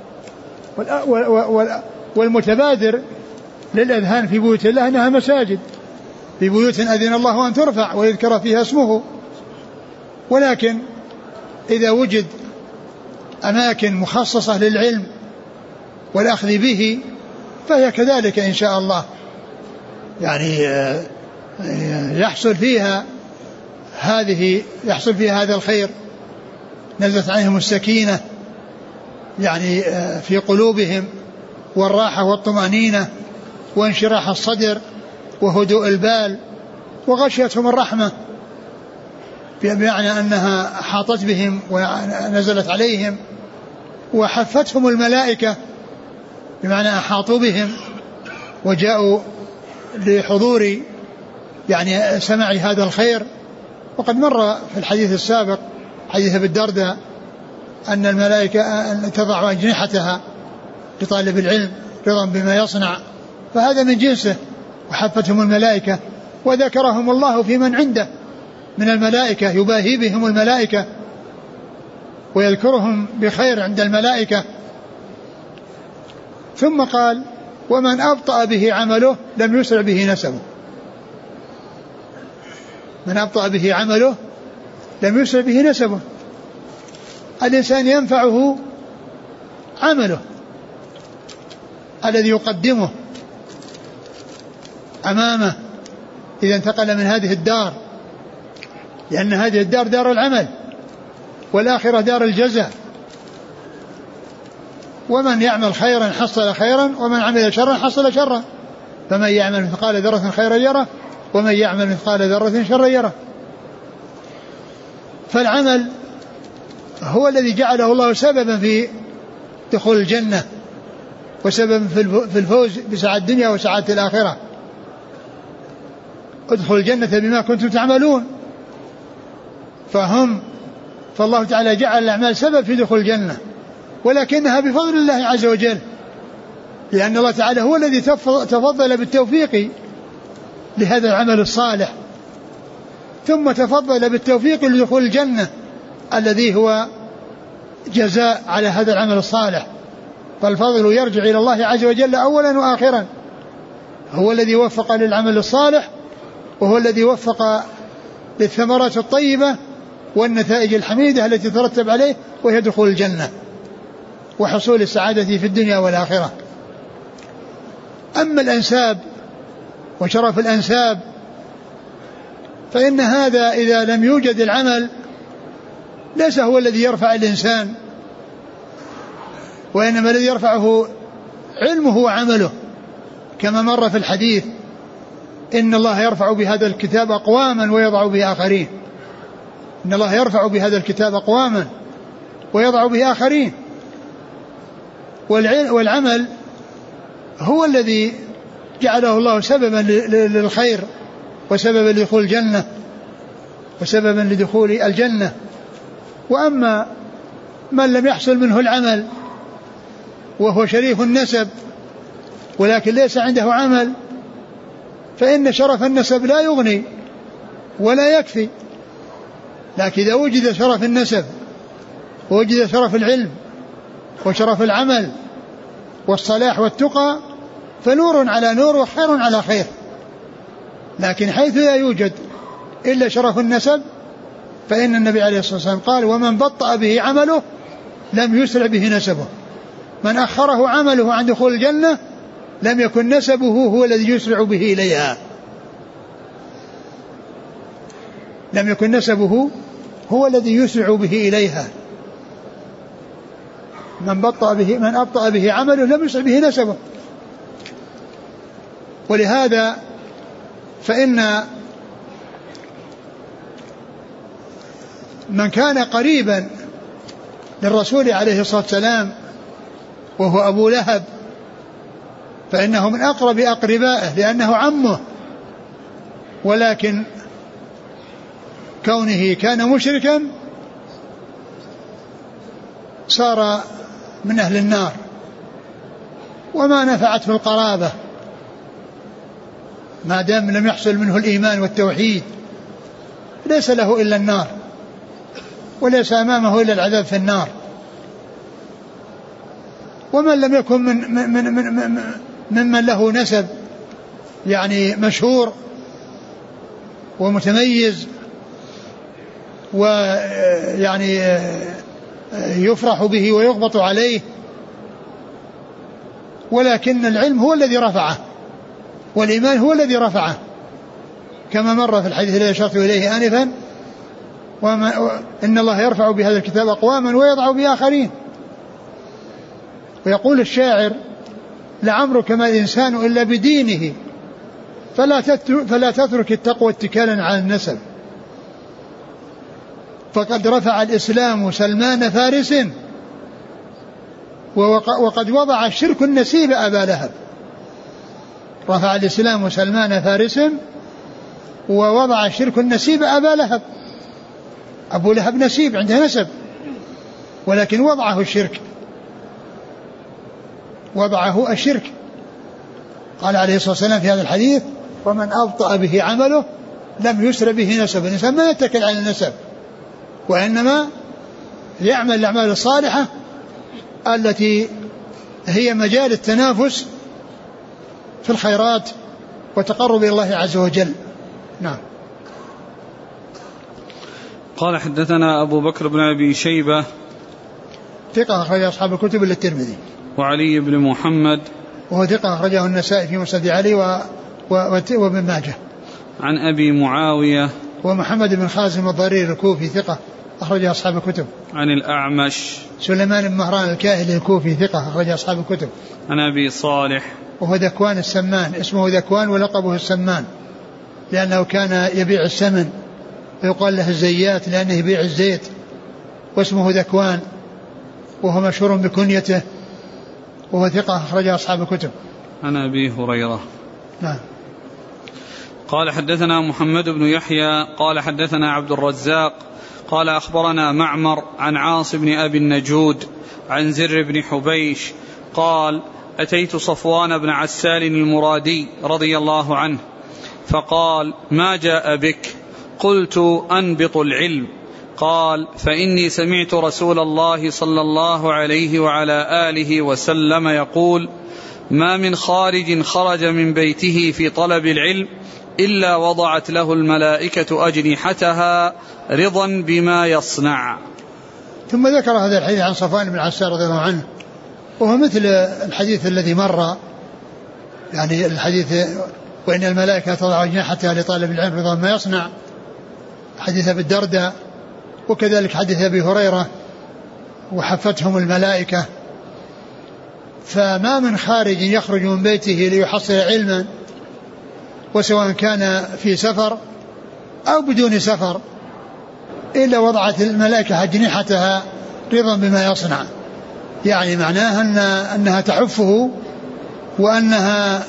والمتبادر للأذهان في بيوت الله أنها مساجد، في بيوت أذن الله أن ترفع ويذكر فيها اسمه. ولكن إذا وجد أماكن مخصصة للعلم والأخذ به فهي كذلك إن شاء الله، يعني يحصل فيها هذه يحصل فيها هذا الخير، نزلت عليهم السكينة يعني في قلوبهم، والراحة والطمأنينة وانشراح الصدر وهدوء البال، وغشيتهم الرحمة بمعنى أنها حاطت بهم ونزلت عليهم، وحفتهم الملائكة بمعنى أحاطوا بهم وجاءوا لحضور يعني سماع هذا الخير. وقد مر في الحديث السابق حديث أبي الدرداء أن الملائكة تضع أجنحتها لطالب العلم رضا بما يصنع، فهذا من جنسه، وحفتهم الملائكة وذكرهم الله في من عنده من الملائكة، يباهي بهم الملائكة ويذكرهم بخير عند الملائكة. ثم قال: ومن أبطأ به عمله لم يسرع به نسبه. من أبطأ به عمله لم يسرع به نسبه. الإنسان ينفعه عمله الذي يقدمه أمامه إذا انتقل من هذه الدار، لأن هذه الدار دار العمل والآخرة دار الجزاء. ومن يعمل خيرا حصل خيرا، ومن عمل شرا حصل شرا، فمن يعمل مثقال ذرة خيرا يره، ومن يعمل مثقال ذرة شرا يره. فالعمل هو الذي جعله الله سببا في دخول الجنة وسببا في الفوز بسعادة الدنيا وسعادة الآخرة. ادخلوا الجنة بما كنتم تعملون. فهم فالله تعالى جعل الأعمال سبب في دخول الجنة، ولكنها بفضل الله عز وجل، لأن الله تعالى هو الذي تفضل بالتوفيق لهذا العمل الصالح، ثم تفضل بالتوفيق لدخول الجنة الذي هو جزاء على هذا العمل الصالح. فالفضل يرجع إلى الله عز وجل أولا وآخرا، هو الذي وفق للعمل الصالح، وهو الذي وفق للثمرات الطيبة والنتائج الحميدة التي ترتب عليه، وهي دخول الجنة وحصول السعادة في الدنيا والآخرة. أما الأنساب وشرف الأنساب فإن هذا إذا لم يوجد العمل ليس هو الذي يرفع الإنسان، وإنما الذي يرفعه علمه وعمله، كما مر في الحديث: إن الله يرفع بهذا الكتاب أقواما ويضع به آخرين. إن الله يرفع بهذا الكتاب أقواما ويضع به آخرين. والعمل هو الذي جعله الله سببا للخير وسببا لدخول الجنة وسببا لدخول الجنة. وأما من لم يحصل منه العمل وهو شريف النسب ولكن ليس عنده عمل فإن شرف النسب لا يغني ولا يكفي. لكن إذا وجد شرف النسب ووجد شرف العلم وشرف العمل والصلاح والتقى فنور على نور وخير على خير. لكن حيث لا يوجد إلا شرف النسب فإن النبي عليه الصلاة والسلام قال ومن بطأ به عمله لم يسرع به نسبه. من أخره عمله عن دخول الجنة لم يكن نسبه هو الذي يسرع به إليها لم يكن نسبه هو الذي يسرع به إليها. من بطأ به من أبطأ به عمله لم يسرع به نسبه. ولهذا فإن من كان قريبا للرسول عليه الصلاة والسلام وهو أبو لهب فإنه من أقرب أقربائه لأنه عمه، ولكن كونه كان مشركا صار من أهل النار وما نفعته القرابة ما دام لم يحصل منه الإيمان والتوحيد ليس له إلا النار وليس أمامه إلا العذاب في النار. ومن لم يكن من من من من ممن له نسب يعني مشهور ومتميز ويعني يفرح به ويغبط عليه ولكن العلم هو الذي رفعه والإيمان هو الذي رفعه كما مر في الحديث الذي أشرت إليه آنفا وما إن الله يرفع بهذا الكتاب أقواما ويضع بآخرين. ويقول الشاعر لعمرك ما الإنسان إلا بدينه فلا فلا تترك التقوى اتكالا على النسب فقد رفع الإسلام سلمان فارس وقد وضع الشرك النسيب أبا لهب. رفع الإسلام سلمان فارس ووضع الشرك النسيب أبا لهب. أبو لهب نسيب عنده نسب ولكن وضعه الشرك وضعه الشرك. قال عليه الصلاة والسلام في هذا الحديث ومن أبطأ به عمله لم يسر به نسب. الإنسان ما يتكل على النسب وإنما يعمل الأعمال الصالحة التي هي مجال التنافس في الخيرات وتقرب إلى الله عز وجل. نعم. قال حدثنا أبو بكر بن أبي شيبة ثقة أخرج أصحاب الكتب إلا الترمذي. وعلي بن محمد وهو ثقة أخرجه النسائي في مسند علي و... و... وابن ماجه. عن أبي معاوية ومحمد بن خازم الضرير الكوفي ثقة أخرج أصحاب الكتب. عن الأعمش سليمان بن مهران الكاهلي الكوفي ثقة أخرج أصحاب الكتب. عن أبي صالح وهو ذكوان السمان اسمه ذكوان ولقبه السمان لأنه كان يبيع السمن ويقال له الزيات لأنه يبيع الزيت واسمه ذكوان وهو مشهور بكنيته وهو ثقة أخرج أصحاب الكتب. عن أبي هريرة. نعم. قال حدثنا محمد بن يحيى قال حدثنا عبد الرزاق قال أخبرنا معمر عن عاص بن أبي النجود عن زر بن حبيش قال أتيت صفوان بن عسال المرادي رضي الله عنه فقال ما جاء بك؟ قلت أنبط العلم. قال فإني سمعت رسول الله صلى الله عليه وعلى آله وسلم يقول ما من خارج خرج من بيته في طلب العلم إلا وضعت له الملائكة أجنحتها رضا بما يصنع. ثم ذكر هذا الحديث عن صفوان بن عسال رضي الله عنه وهو مثل الحديث الذي مر يعني الحديث وإن الملائكة تضع أجنحتها لطالب العلم رضا بما يصنع حديث أبي الدرداء وكذلك حديث أبي هريرة وحفتهم الملائكة. فما من خارج يخرج من بيته ليحصل علما وسواء كان في سفر أو بدون سفر إلا وضعت الملائكة أجنحتها رضا بما يصنع يعني معناها أن أنها تحفه وأنها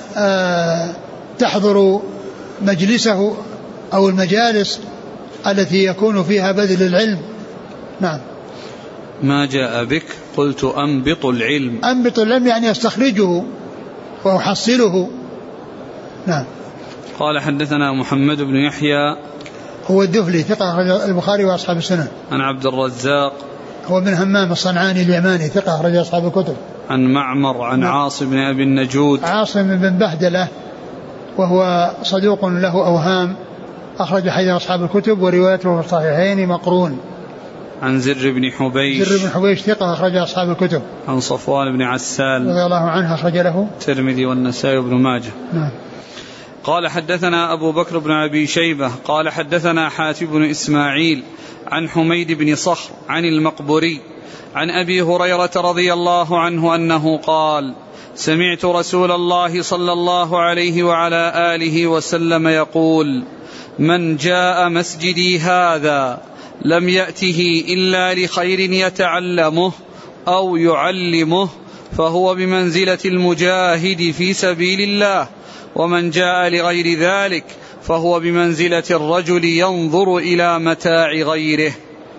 تحضر مجلسه أو المجالس التي يكون فيها بذل العلم. نعم. ما جاء بك قلت أنبط العلم. أنبط العلم يعني أستخرجه وأحصله. نعم. قال حدثنا محمد بن يحيى هو الدهلي ثقة البخاري وأصحاب السنن. عن عبد الرزاق هو بن همام الصنعاني اليماني ثقة أخرج أصحاب الكتب. عن معمر عن نعم. عاصم بن أبي النجود. عاصم بن بهدلة وهو صدوق له أوهام أخرج حديث أصحاب الكتب وروايته في الصحيحين مقرون. عن زر بن حبيش. زر بن حبيش ثقة أخرج أصحاب الكتب. عن صفوان بن عسال رضي الله عنه أخرج له الترمذي والنسائي وابن ماجه. نعم. قال حدثنا أبو بكر بن أبي شيبة قال حدثنا حاتم بن إسماعيل عن حميد بن صخر عن المقبوري عن أبي هريرة رضي الله عنه أنه قال سمعت رسول الله صلى الله عليه وعلى آله وسلم يقول من جاء مسجدي هذا لم يأته إلا لخير يتعلمه أو يعلمه فهو بمنزلة المجاهد في سبيل الله ومن جاء لغير ذلك فهو بمنزلة الرجل ينظر إلى متاع غيره.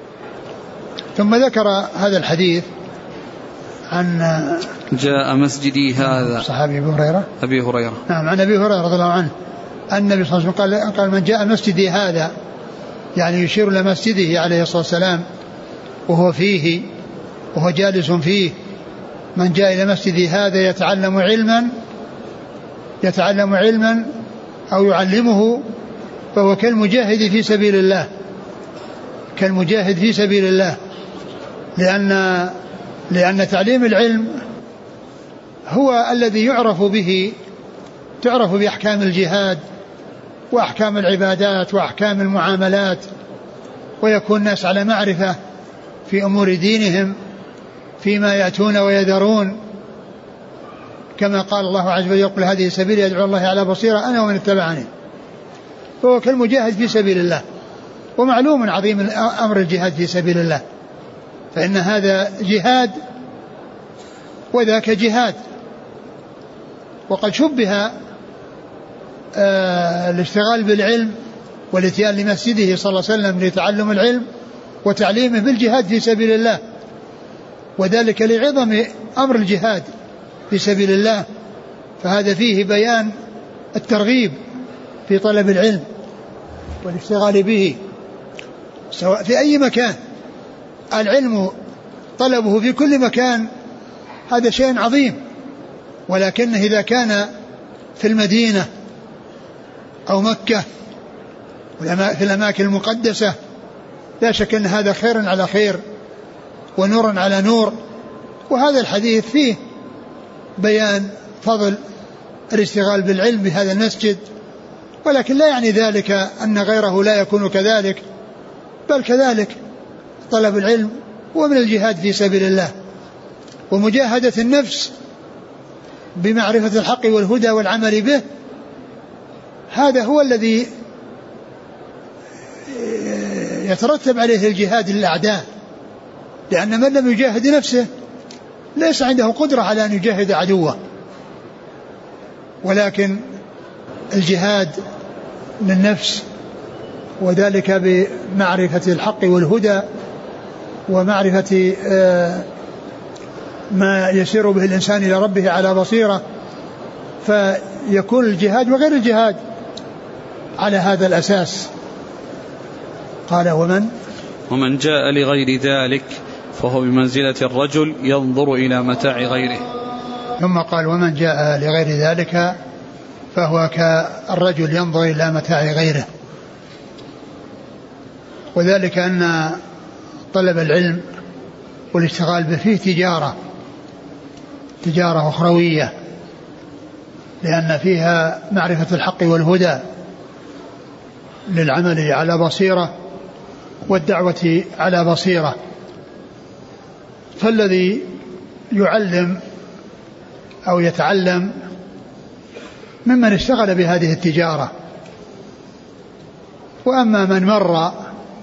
ثم ذكر هذا الحديث عن جاء مسجدي هذا صحابي أبي هريرة أبي هريرة نعم عن أبي هريرة رضي الله عنه النبي صلى الله عليه وسلم قال من جاء مسجدي هذا يعني يشير إلى مسجده عليه الصلاة والسلام وهو فيه وهو جالس فيه. من جاء إلى مسجدي هذا يتعلم علما يتعلم علما أو يعلمه فهو كالمجاهد في سبيل الله كالمجاهد في سبيل الله لأن لأن تعليم العلم هو الذي يعرف به تعرف بأحكام الجهاد وأحكام العبادات وأحكام المعاملات ويكون الناس على معرفة في أمور دينهم فيما يأتون ويذرون كما قال الله عز وجل يقول هذه سبيل يدعو الله على بصيرة أنا ومن اتبعني. فهو كالمجاهد في سبيل الله. ومعلوم عظيم أمر الجهاد في سبيل الله فإن هذا جهاد وذاك جهاد. وقد شبه آه الاشتغال بالعلم والاتيان لمسجده صلى الله عليه وسلم لتعلم العلم وتعليمه بالجهاد في سبيل الله وذلك لعظم أمر الجهاد في سبيل الله. فهذا فيه بيان الترغيب في طلب العلم والاشتغال به سواء في أي مكان. العلم طلبه في كل مكان هذا شيء عظيم ولكنه إذا كان في المدينة أو مكة في الأماكن المقدسة لا شك أن هذا خير على خير ونور على نور. وهذا الحديث فيه بيان فضل الاشتغال بالعلم بهذا المسجد ولكن لا يعني ذلك أن غيره لا يكون كذلك بل كذلك طلب العلم ومن الجهاد في سبيل الله ومجاهدة النفس بمعرفة الحق والهدى والعمل به. هذا هو الذي يترتب عليه الجهاد للأعداء لأن من لم يجاهد نفسه ليس عنده قدرة على أن يجاهد عدوه. ولكن الجهاد للنفس وذلك بمعرفة الحق والهدى ومعرفة ما يسير به الإنسان إلى ربه على بصيرة فيكون الجهاد وغير الجهاد على هذا الأساس. قال ومن ومن جاء لغير ذلك فهو بمنزلة الرجل ينظر إلى متاع غيره. ثم قال ومن جاء لغير ذلك فهو كالرجل ينظر إلى متاع غيره. وذلك أن طلب العلم والاشتغال به فيه تجارة تجارة أخروية لأن فيها معرفة الحق والهدى للعمل على بصيرة والدعوة على بصيرة. فالذي يعلم أو يتعلم ممن اشتغل بهذه التجارة. وأما من مر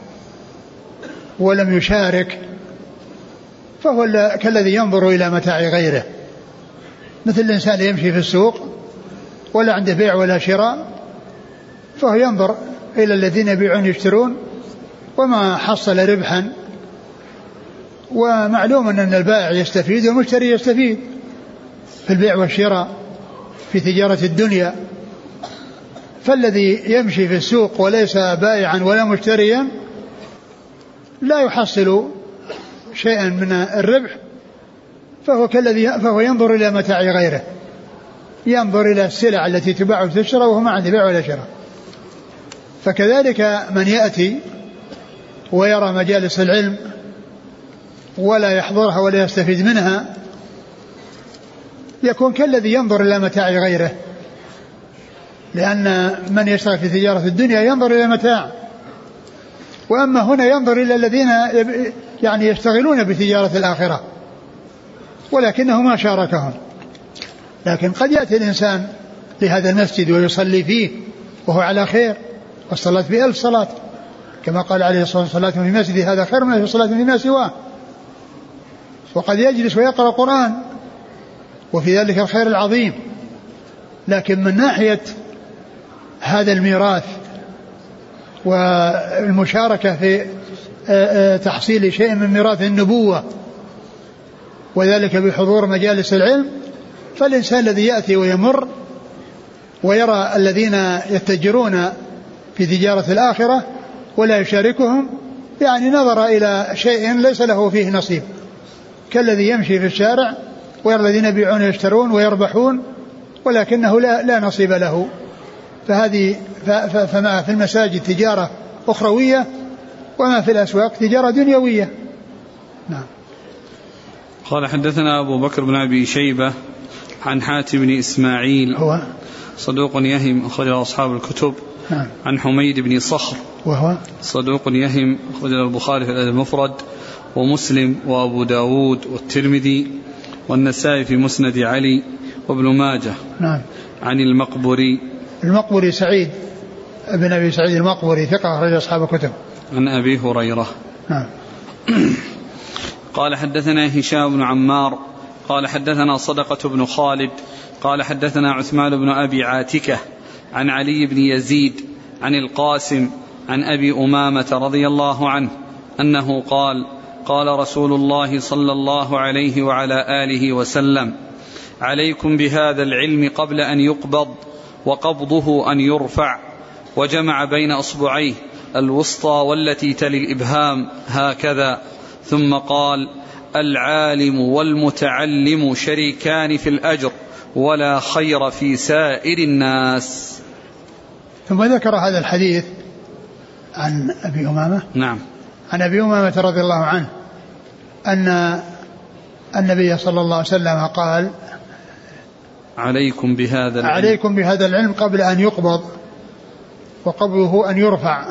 ولم يشارك فهو كالذي ينظر إلى متاع غيره مثل الإنسان يمشي في السوق ولا عنده بيع ولا شراء، فهو ينظر إلى الذين يبيعون يشترون وما حصل ربحا، ومعلوم أن البائع يستفيد والمشتري يستفيد في البيع والشراء في تجارة الدنيا. فالذي يمشي في السوق وليس بائعا ولا مشتريا لا يحصل شيئا من الربح، فهو كالذي فهو ينظر إلى متاع غيره، ينظر إلى السلع التي تباع وتشترى وهو ما عنده بيع ولا شراء. فكذلك من يأتي ويرى مجالس العلم ولا يحضرها ولا يستفيد منها يكون كالذي ينظر إلى متاع غيره، لأن من يشتغل في تجارة الدنيا ينظر إلى متاع، وأما هنا ينظر إلى الذين يعني يشتغلون بتجارة الآخرة ولكنه ما شاركهم. لكن قد يأتي الإنسان لهذا المسجد ويصلي فيه وهو على خير، والصلاة بألف صلاة كما قال عليه الصلاة والسلام في مسجد هذا خير من الصلاة فيما سواه. وقد يجلس ويقرأ القرآن وفي ذلك الخير العظيم. لكن من ناحية هذا الميراث والمشاركة في تحصيل شيء من ميراث النبوة وذلك بحضور مجالس العلم، فالإنسان الذي يأتي ويمر ويرى الذين يتجرون في تجارة الآخرة ولا يشاركهم يعني نظر إلى شيء ليس له فيه نصيب، كالذي يمشي في الشارع ويرى الذين يبيعون ويشترون ويربحون ولكنه لا, لا نصيب له. فهذه فما في المساجد تجارة أخروية وما في الأسواق تجارة دنيوية. نعم. قال حدثنا أبو بكر بن أبي شيبة عن حاتم بن إسماعيل هو صدوق يهم أخرج أصحاب الكتب. نعم. عن حميد بن صخر وهو صدوق يهم أخرج البخاري في الأدب المفرد ومسلم وأبو داود والترمذي والنسائي في مسند علي وابن ماجه. نعم. عن المقبري المقبري سعيد ابن أبي سعيد المقبري ثقة أخرج أصحاب الكتب. عن أبي هريرة. نعم. قال حدثنا هشام بن عمار قال حدثنا صدقة بن خالد قال حدثنا عثمان بن أبي عاتكة عن علي بن يزيد عن القاسم عن أبي أمامة رضي الله عنه أنه قال قال رسول الله صلى الله عليه وعلى آله وسلم عليكم بهذا العلم قبل أن يقبض وقبضه أن يرفع، وجمع بين أصبعيه الوسطى والتي تلي الإبهام هكذا، ثم قال العالم والمتعلم شريكان في الأجر ولا خير في سائر الناس. ثم ذكر هذا الحديث عن أبي أمامة. نعم. عن أبي أمامة رضي الله عنه أن النبي صلى الله عليه وسلم قال عليكم بهذا العلم عليكم بهذا العلم قبل أن يقبض وقبضه أن يرفع.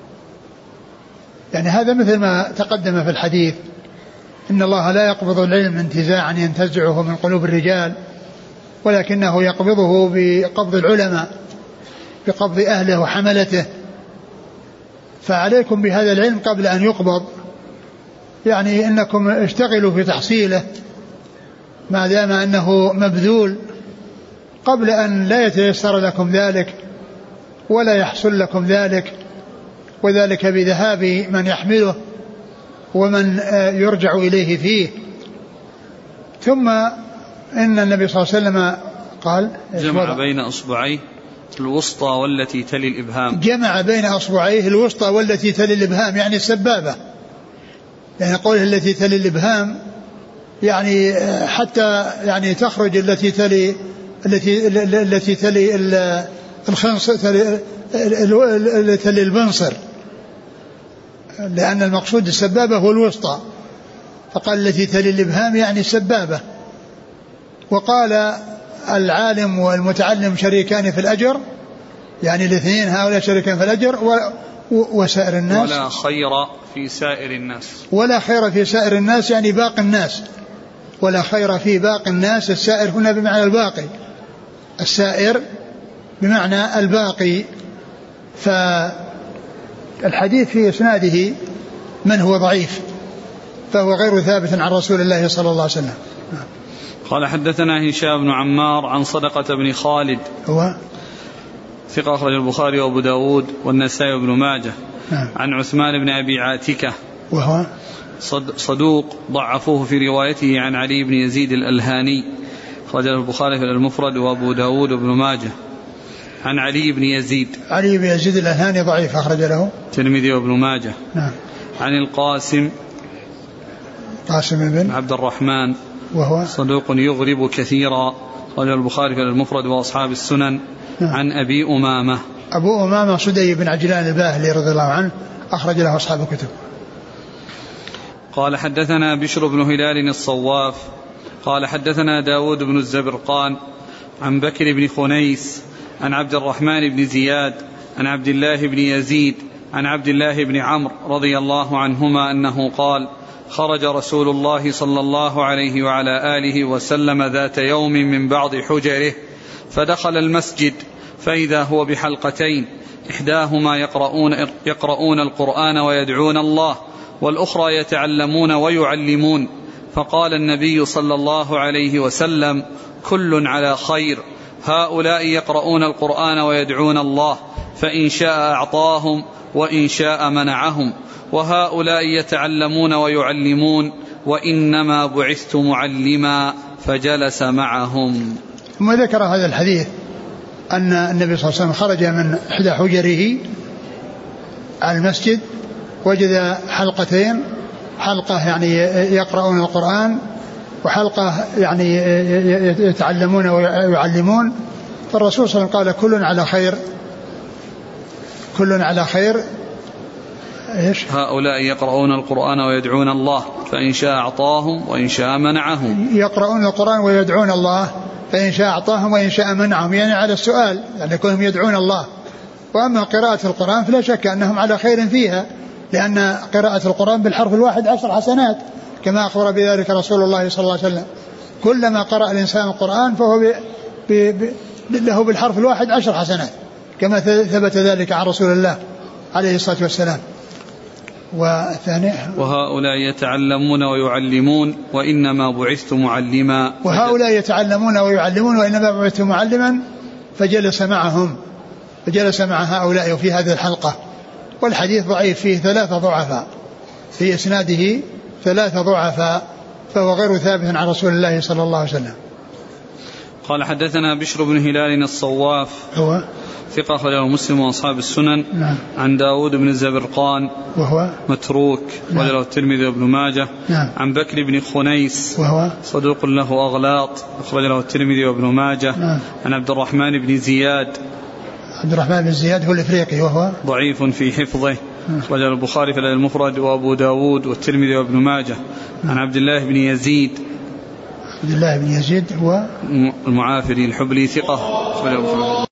يعني هذا مثل ما تقدم في الحديث إن الله لا يقبض العلم انتزاعا ينتزعه من قلوب الرجال، ولكنه يقبضه بقبض العلماء بقبض أهله وحملته. فعليكم بهذا العلم قبل أن يقبض، يعني إنكم اشتغلوا في تحصيله ما دام أنه مبذول قبل أن لا يتيسر لكم ذلك ولا يحصل لكم ذلك، وذلك بذهاب من يحمله ومن يرجع إليه فيه. ثم إن النبي صلى الله عليه وسلم قال جمع بين أصبعيه الوسطى والتي تلي الإبهام. جمع بين أصبعيه الوسطى والتي تلي الإبهام يعني السبابة، يعني قوله التي تلي الإبهام يعني حتى يعني تخرج التي تلي التي التي تلي الخنصر تلي, تلي البنصر، لأن المقصود السبابة هو الوسطى، فقال التي تلي الإبهام يعني السبابة. وقال العالم والمتعلم شريكان في الأجر، يعني الاثنين هؤلاء شريكان في الأجر وسائر الناس ولا خير في سائر الناس. ولا خير في سائر الناس يعني باقي الناس، ولا خير في باقي الناس. السائر هنا بمعنى الباقي، السائر بمعنى الباقي. فالحديث في إسناده من هو ضعيف، فهو غير ثابت عن رسول الله صلى الله عليه وسلم. قال حدثنا هشام بن عمار عن صدقة بن خالد هو ثقة أخرج البخاري وأبو داود والنسائي وابن ماجه. نعم. عن عثمان بن أبي عاتكة وهو صدوق ضعفوه في روايته عن علي بن يزيد الألهاني أخرجه البخاري في المفرد وأبو داود وابن ماجه. عن علي بن يزيد علي بن يزيد الألهاني ضعيف أخرج له الترمذي وابن ماجه. نعم. عن القاسم قاسم بن عبد الرحمن وهو صدوق يغرب كثيرا أخرجه البخاري في المفرد وأصحاب السنن. نعم. عن أبي أمامة أبو أمامة سدي بن عجلان الباهلي رضي الله عنه أخرج له أصحاب الكتب. قال حدثنا بشر بن هلال الصواف قال حدثنا داود بن الزبرقان عن بكر بن خنيس عن عبد الرحمن بن زياد عن عبد الله بن يزيد عن عبد الله بن عمرو رضي الله عنهما أنه قال خرج رسول الله صلى الله عليه وعلى آله وسلم ذات يوم من بعض حجره فدخل المسجد فإذا هو بحلقتين إحداهما يقرؤون, يقرؤون القرآن ويدعون الله والأخرى يتعلمون ويعلمون فقال النبي صلى الله عليه وسلم كل على خير هؤلاء يقرؤون القرآن ويدعون الله فإن شاء أعطاهم وإن شاء منعهم وهؤلاء يتعلمون ويعلمون وإنما بعثت معلما فجلس معهم. ثم ذكر هذا الحديث أن النبي صلى الله عليه وسلم خرج من إحدى حجره على المسجد وجد حلقتين حلقة يعني يقرؤون القرآن وحلقة يعني يتعلمون ويعلمون فالرسول صلى الله عليه وسلم قال كل على خير كل على خير إيش؟ هؤلاء يقرؤون القرآن ويدعون الله فإن شاء أعطاهم وإن شاء منعهم. يقرؤون القرآن ويدعون الله فإن شاء أعطاهم وإن شاء منعهم يعني على السؤال يعني كلهم يدعون الله. وأما قراءة القرآن فلا شك أنهم على خير فيها لأن قراءة القرآن بالحرف الواحد عشر حسنات كما أخبر بذلك رسول الله صلى الله عليه وسلم. كلما قرأ الإنسان القرآن فهو ب... ب... ب... له بالحرف الواحد عشر حسنات كما ثبت ذلك عن رسول الله عليه الصلاة والسلام. والثاني وهؤلاء يتعلمون ويعلمون وإنما بعثت معلما. وهؤلاء يتعلمون ويعلمون وإنما بعثت معلما فجلس معهم فجلس مع هؤلاء وفي هذه الحلقة. والحديث ضعيف فيه ثلاثة ضعفاء في إسناده ثلاثة ضعفاء فهو غير ثابت عن رسول الله صلى الله عليه وسلم. قال حدثنا بشر بن هلال الصواف هو ثقة أخرجه مسلم وأصحاب السنن. نعم. عن داود بن الزبرقان وهو متروك نعم. وله الترمذي وابن ماجه. نعم. عن بكر بن خنيس وهو صدوق له أغلاط أخرج له الترمذي وابن ماجه. نعم. عن عبد الرحمن بن زياد عبد الرحمن بن زياد هو الإفريقي وهو ضعيف في حفظه أخرجه البخاري في المفرد وأبو داود والترمذي وابن ماجه. عن عبد الله بن يزيد عبد الله بن يزيد هو المعافري الحبلي ثقة أخرجه